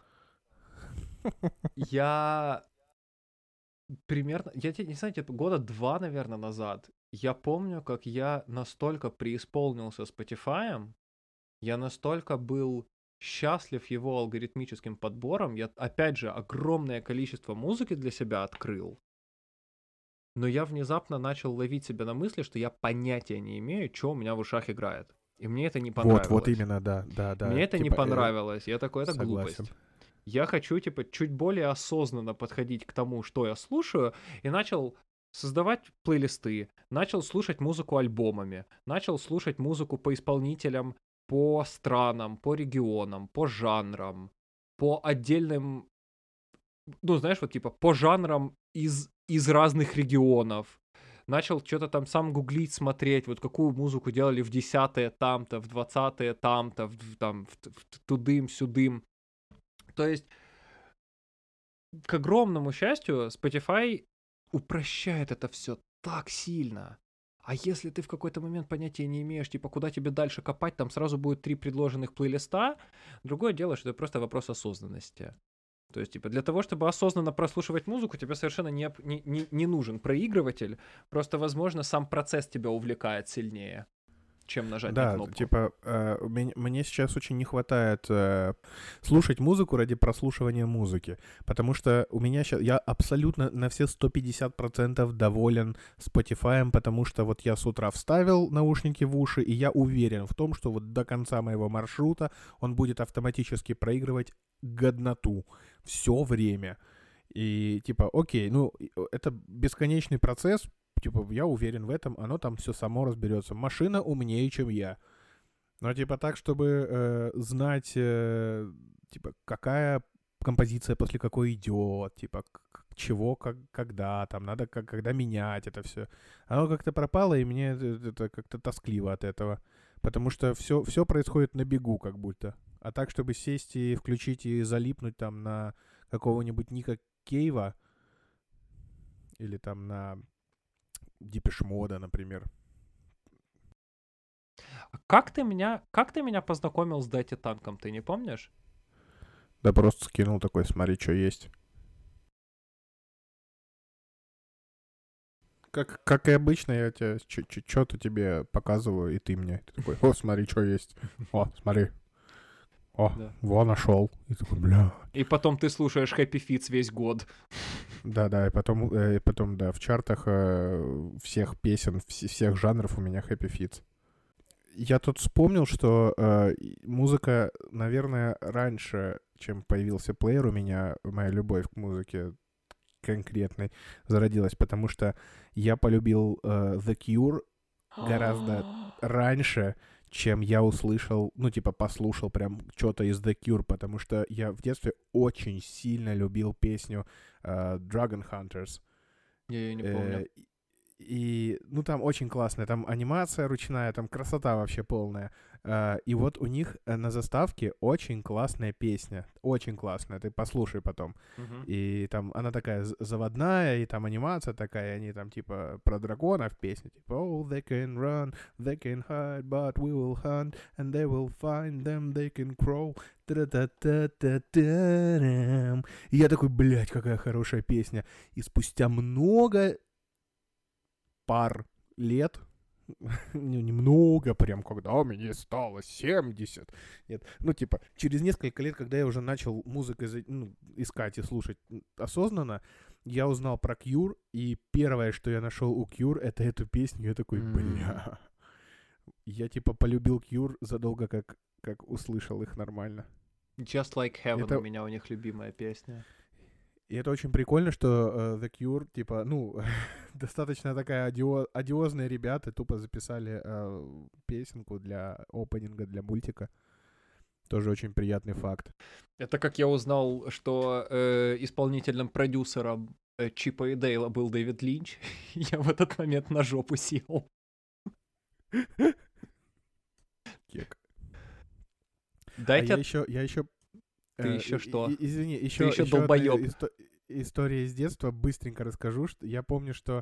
Speaker 2: Я примерно, я тебе не знаю, где-то года 2, наверное, назад, я помню, как я настолько преисполнился Spotify, я настолько был счастлив его алгоритмическим подбором, я, опять же, огромное количество музыки для себя открыл, но я внезапно начал ловить себя на мысли, что я понятия не имею, что у меня в ушах играет. И мне это не
Speaker 1: Вот
Speaker 2: понравилось.
Speaker 1: именно, да, да,
Speaker 2: Мне
Speaker 1: да.
Speaker 2: это не
Speaker 1: Типа,
Speaker 2: понравилось. Я такой, это
Speaker 1: согласен.
Speaker 2: глупость. Я хочу, типа, чуть более осознанно подходить к тому, что я слушаю, и начал создавать плейлисты, начал слушать музыку альбомами, начал слушать музыку по исполнителям, по странам, по регионам, по жанрам, по отдельным, ну, знаешь, вот типа по жанрам из разных регионов. Начал что-то там сам гуглить, смотреть, вот какую музыку делали в 10-е там-то, в 20-е там-то, в тудым-сюдым. То есть, к огромному счастью, Spotify упрощает это все так сильно. А если ты в какой-то момент понятия не имеешь, типа, куда тебе дальше копать, там сразу будет 3 предложенных плейлиста. Другое дело, что это просто вопрос осознанности. То есть, типа, для того, чтобы осознанно прослушивать музыку, тебе совершенно не нужен проигрыватель. Просто, возможно, сам процесс тебя увлекает сильнее, чем нажать на
Speaker 1: Да,
Speaker 2: кнопку.
Speaker 1: типа, мне сейчас очень не хватает слушать музыку ради прослушивания музыки, потому что у меня сейчас, я абсолютно на все 150% доволен Spotify, потому что вот я с утра вставил наушники в уши, и я уверен в том, что вот до конца моего маршрута он будет автоматически проигрывать годноту все время. И типа, окей, ну, это бесконечный процесс, типа, я уверен в этом, оно там все само разберется. Машина умнее, чем я. Но типа так, чтобы знать, типа, какая композиция после какой идет, типа, чего, когда, там, надо когда менять это все. Оно как-то пропало, и мне это как-то тоскливо от этого. Потому что все происходит на бегу, как будто. А так, чтобы сесть и включить и залипнуть там на какого-нибудь Ника Кейва или там на Depeche Mode, например.
Speaker 2: Как ты меня познакомил с Дати Танком, ты не помнишь?
Speaker 1: Да просто скинул такой, смотри, что есть. Как и обычно, я тебе что-то тебе показываю, и ты мне. Ты такой, о, смотри, что есть. О, смотри. О,
Speaker 2: Да.
Speaker 1: во, нашел. И такой, бля.
Speaker 2: И потом ты слушаешь Happy Feets весь год.
Speaker 1: Да-да, и потом, да, в чартах всех песен, всех жанров у меня Happy Feet. Я тут вспомнил, что музыка, наверное, раньше, чем появился плеер, у меня моя любовь к музыке конкретной зародилась, потому что я полюбил The Cure гораздо раньше, чем я услышал, ну, типа, послушал прям что-то из The Cure, потому что я в детстве очень сильно любил песню Dragon Hunters.
Speaker 2: Я ее не
Speaker 1: Э,
Speaker 2: помню.
Speaker 1: и, ну, там очень классная, там анимация ручная, там красота вообще полная. И вот у них на заставке очень классная песня, очень классная, ты послушай потом.
Speaker 2: Мгм.
Speaker 1: И там она такая заводная, и там анимация такая, и они там типа про драконов песня, типа «Oh, they can run, they can hide, but we will hunt, and they will find them, they can crawl». Та-та-та-та-та-рам. И я такой, блядь, какая хорошая песня. И спустя много пар лет, немного прям, когда мне стало 70. Нет, ну, типа, через несколько лет, когда я уже начал музыкой искать и слушать осознанно, я узнал про Cure, и первое, что я нашел у Cure, это эту песню. Я такой,
Speaker 2: М.
Speaker 1: бля. я типа полюбил Cure задолго, как услышал их нормально.
Speaker 2: Just Like Heaven
Speaker 1: Это,
Speaker 2: у меня у них любимая песня.
Speaker 1: и это очень прикольно, что The Cure, типа, ну, достаточно такая одиозные ребята тупо записали песенку для опенинга, для мультика. Тоже очень приятный факт.
Speaker 2: Это как я узнал, что исполнительным продюсером Чипа и Дейла был Дэвид Линч. Я в этот момент на жопу сел.
Speaker 1: Кек.
Speaker 2: Дайте...
Speaker 1: Я еще
Speaker 2: Ты еще что?
Speaker 1: извини,
Speaker 2: Ты
Speaker 1: еще
Speaker 2: еще
Speaker 1: одна
Speaker 2: долбоеб.
Speaker 1: история из детства, быстренько расскажу. Что я помню, что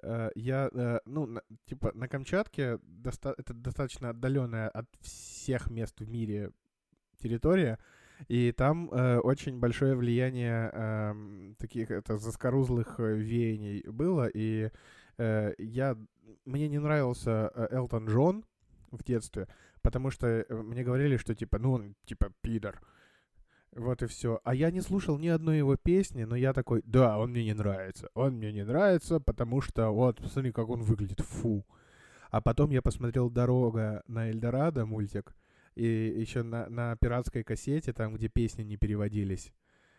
Speaker 1: типа на Камчатке это достаточно отдаленная от всех мест в мире территория, и там очень большое влияние таких заскорузлых веяний было, и мне не нравился Элтон Джон в детстве, потому что мне говорили, что типа, ну он типа пидор. Вот и все. А я не слушал ни одной его песни, но я такой, да, он мне не нравится. Он мне не нравится, потому что вот, посмотри, как он выглядит, фу. А потом я посмотрел «Дорога на Эльдорадо» мультик, и еще на пиратской кассете, там, где песни не переводились.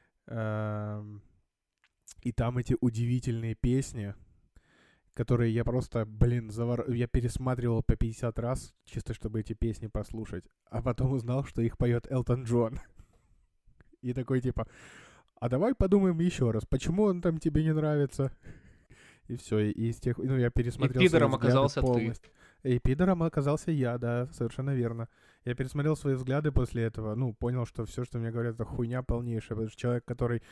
Speaker 1: И там эти удивительные песни, которые я просто, я пересматривал по 50 раз, чисто чтобы эти песни послушать. А потом узнал, что их поет Элтон Джон. И такой типа, а давай подумаем еще раз, почему он там тебе не нравится? И все, и с тех, ну, я пересмотрел
Speaker 2: И
Speaker 1: свои
Speaker 2: пидором
Speaker 1: взгляды
Speaker 2: оказался ты.
Speaker 1: полностью. И пидором оказался я, да, совершенно верно. Я пересмотрел свои взгляды после этого, ну, понял, что все, что мне говорят, это хуйня полнейшая, потому что человек, который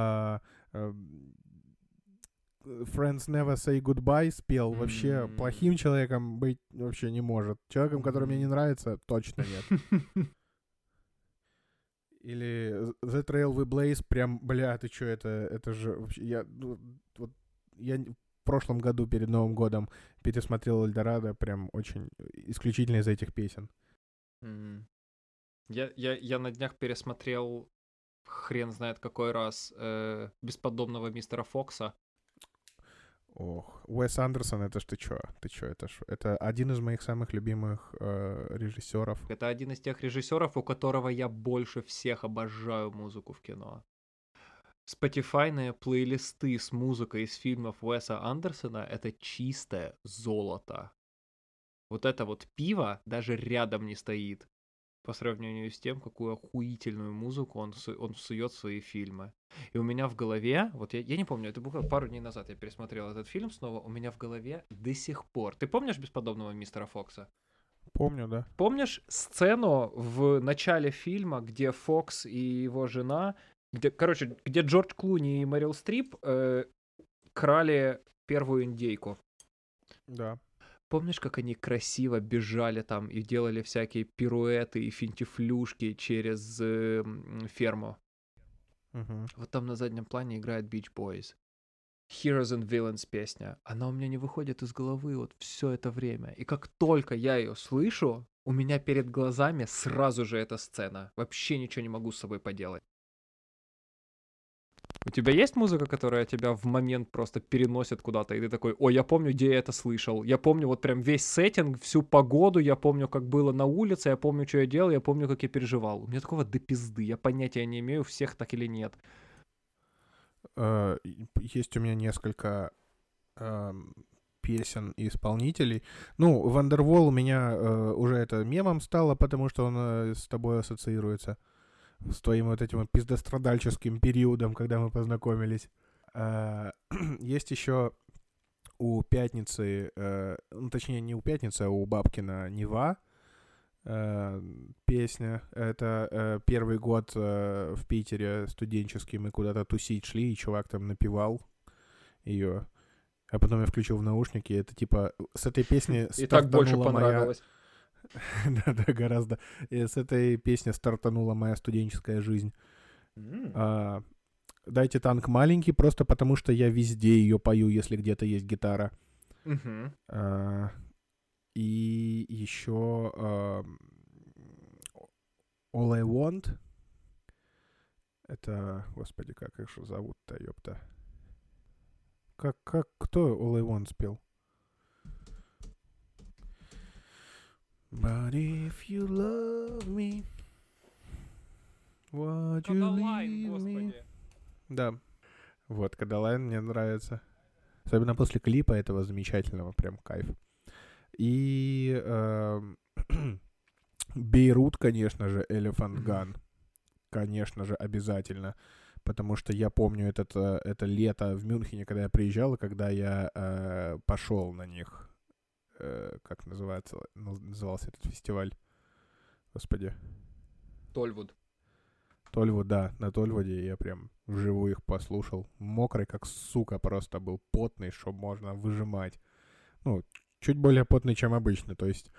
Speaker 1: Friends Never Say Goodbye спел, вообще плохим человеком быть вообще не может. Человеком, который мне не нравится, точно нет. Или The Trail We Blaze, прям, бля, ты чё, это же вообще, я в прошлом году перед Новым годом пересмотрел Эльдорадо, прям очень исключительно из этих песен.
Speaker 2: Я на днях пересмотрел, хрен знает какой раз, «Бесподобного мистера Фокса».
Speaker 1: Ох, Уэс Андерсон, это ж ты чё, это один из моих самых любимых режиссеров.
Speaker 2: Это один из тех режиссеров, у которого я больше всех обожаю музыку в кино. Спотифайные плейлисты с музыкой из фильмов Уэса Андерсона — это чистое золото. Вот это вот пиво даже рядом не стоит по сравнению с тем, какую охуительную музыку он сует в свои фильмы. И у меня в голове, вот я не помню, это буквально пару дней назад я пересмотрел этот фильм снова, у меня в голове до сих пор. Ты помнишь «Бесподобного мистера Фокса»?
Speaker 1: Помню, да.
Speaker 2: Помнишь сцену в начале фильма, где Фокс и его жена, где Джордж Клуни и Мэрил Стрип крали первую индейку?
Speaker 1: Да.
Speaker 2: Помнишь, как они красиво бежали там и делали всякие пируэты и финтифлюшки через ферму?
Speaker 1: Угу.
Speaker 2: Вот там на заднем плане играет Beach Boys. Heroes and Villains песня. Она у меня не выходит из головы вот все это время. И как только я ее слышу, у меня перед глазами сразу же эта сцена. Вообще ничего не могу с собой поделать. У тебя есть музыка, которая тебя в момент просто переносит куда-то, и ты такой, ой, я помню, где я это слышал. Я помню вот прям весь сеттинг, всю погоду, я помню, как было на улице, я помню, что я делал, я помню, как я переживал. У меня такого до пизды, я понятия не имею, у всех так или нет.
Speaker 1: Есть у меня несколько песен и исполнителей. Ну, Wonderwall у меня уже это мемом стало, потому что он с тобой ассоциируется. С твоим вот этим вот пиздострадальческим периодом, когда мы познакомились. Есть еще у Пятницы, ну, точнее, не у Пятницы, а у Бабкина «Нева» песня. Это первый год в Питере студенческий, мы куда-то тусить шли, и чувак там напевал ее. А потом я включил в наушники, и это типа с этой песни
Speaker 2: И так больше
Speaker 1: стартанула моя...
Speaker 2: понравилось.
Speaker 1: Да, гораздо. И с этой песни стартанула моя студенческая жизнь. «Дайте танк маленький», просто потому что я везде ее пою, если где-то есть гитара. И еще «All I Want». Это, господи, как их же зовут-то, ёпта. Кто «All I Want» спел? But if you love me, would you leave me? Да. Вот, Кадалайн мне нравится. Особенно после клипа этого замечательного, прям кайф. И Бейрут, конечно же, Elephant Gun. Конечно же, обязательно. Потому что я помню это лето в Мюнхене, когда я приезжал, и когда я пошел на них. Как назывался этот фестиваль? Господи.
Speaker 2: Тольвуд.
Speaker 1: Тольвуд, да, на Тольвуде я прям вживую их послушал. Мокрый, как сука, просто был потный, что можно выжимать. Ну, чуть более потный, чем обычно, то есть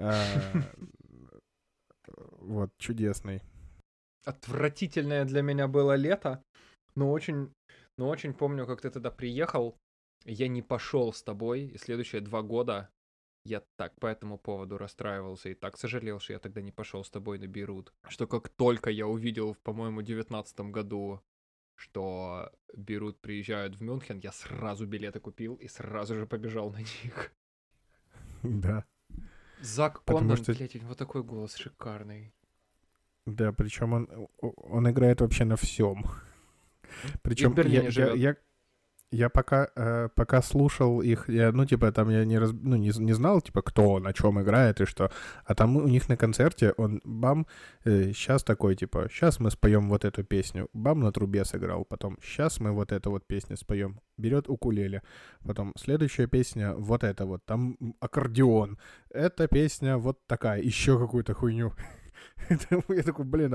Speaker 1: вот, чудесный.
Speaker 2: Отвратительное для меня было лето, но очень помню, как ты тогда приехал, я не пошел с тобой, и следующие 2 года я так по этому поводу расстраивался и так сожалел, что я тогда не пошел с тобой на Бейрут. Что как только я увидел, по-моему, в 2019 году, что Бейрут приезжают в Мюнхен, я сразу билеты купил и сразу же побежал на них.
Speaker 1: Да.
Speaker 2: Зак Кондон, блядь, у него такой голос шикарный.
Speaker 1: Да, причем он играет вообще на всем. Причем я пока слушал их, я не знал, типа, кто на чем играет и что. А там у них на концерте он сейчас такой, типа, сейчас мы споем вот эту песню. Бам на трубе сыграл, потом сейчас мы вот эту вот песню споем. Берет укулеле. Потом следующая песня вот эта вот, там аккордеон. Эта песня вот такая, еще какую-то хуйню. Я такой, блин,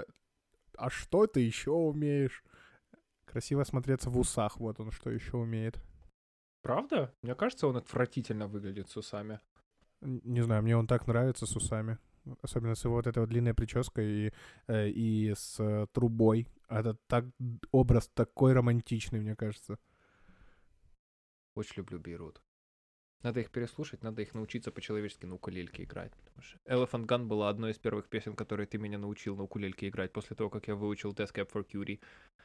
Speaker 1: а что ты еще умеешь? Красиво смотреться в усах, вот он что еще умеет.
Speaker 2: Правда? Мне кажется, он отвратительно выглядит с усами.
Speaker 1: Не знаю, мне он так нравится с усами. Особенно с его вот этой вот длинной прической и с трубой. Это образ такой романтичный, мне кажется.
Speaker 2: Очень люблю Бейрут. Надо их переслушать, надо их научиться по-человечески на укулельке играть. Потому что Elephant Gun была одной из первых песен, которые ты меня научил на укулельке играть после того, как я выучил Death Cab for Cutie.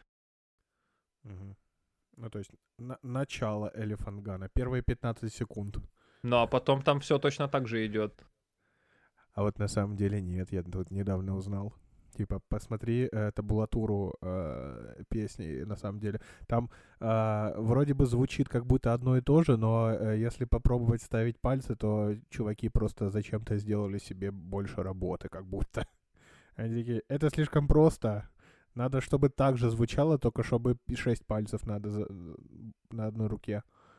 Speaker 1: Угу. Ну, то есть начало Elephant Gun, первые 15 секунд.
Speaker 2: Ну, а потом там все точно так же идет.
Speaker 1: А вот на самом деле нет, я тут недавно узнал. Типа, посмотри табулатуру песни, на самом деле. Там вроде бы звучит как будто одно и то же, но если попробовать ставить пальцы, то чуваки просто зачем-то сделали себе больше работы, как будто. Они такие, это слишком просто. Надо, чтобы так же звучало, только чтобы 6 пальцев надо на одной руке.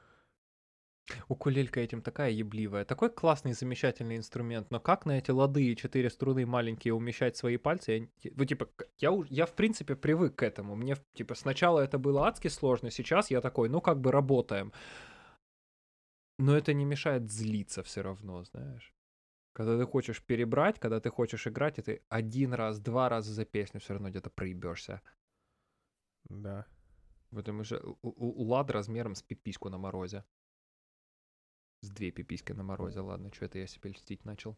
Speaker 2: Укулелька этим такая ебливая. Такой классный, замечательный инструмент. Но как на эти лады и 4 струны маленькие умещать свои пальцы? Я в принципе привык к этому. Мне, типа, сначала это было адски сложно, сейчас я такой, ну, как бы работаем. Но это не мешает злиться все равно, знаешь. Когда ты хочешь перебрать, когда ты хочешь играть, и ты 1 раз, 2 раза за песню все равно где-то проебешься.
Speaker 1: Да.
Speaker 2: Потому что лад размером с пипиську на морозе. С 2 пиписьки на морозе, ладно, что это я себе льстить начал.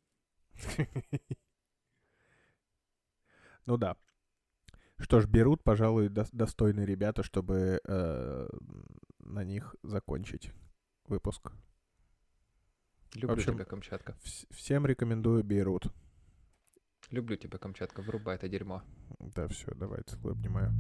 Speaker 1: Ну да. Что ж, Бейрут, пожалуй, достойные ребята, чтобы на них закончить выпуск.
Speaker 2: Люблю тебя, Камчатка.
Speaker 1: Всем рекомендую Бейрут.
Speaker 2: Люблю тебя, Камчатка, вырубай это дерьмо.
Speaker 1: Да, все, давай, целую, обнимаю.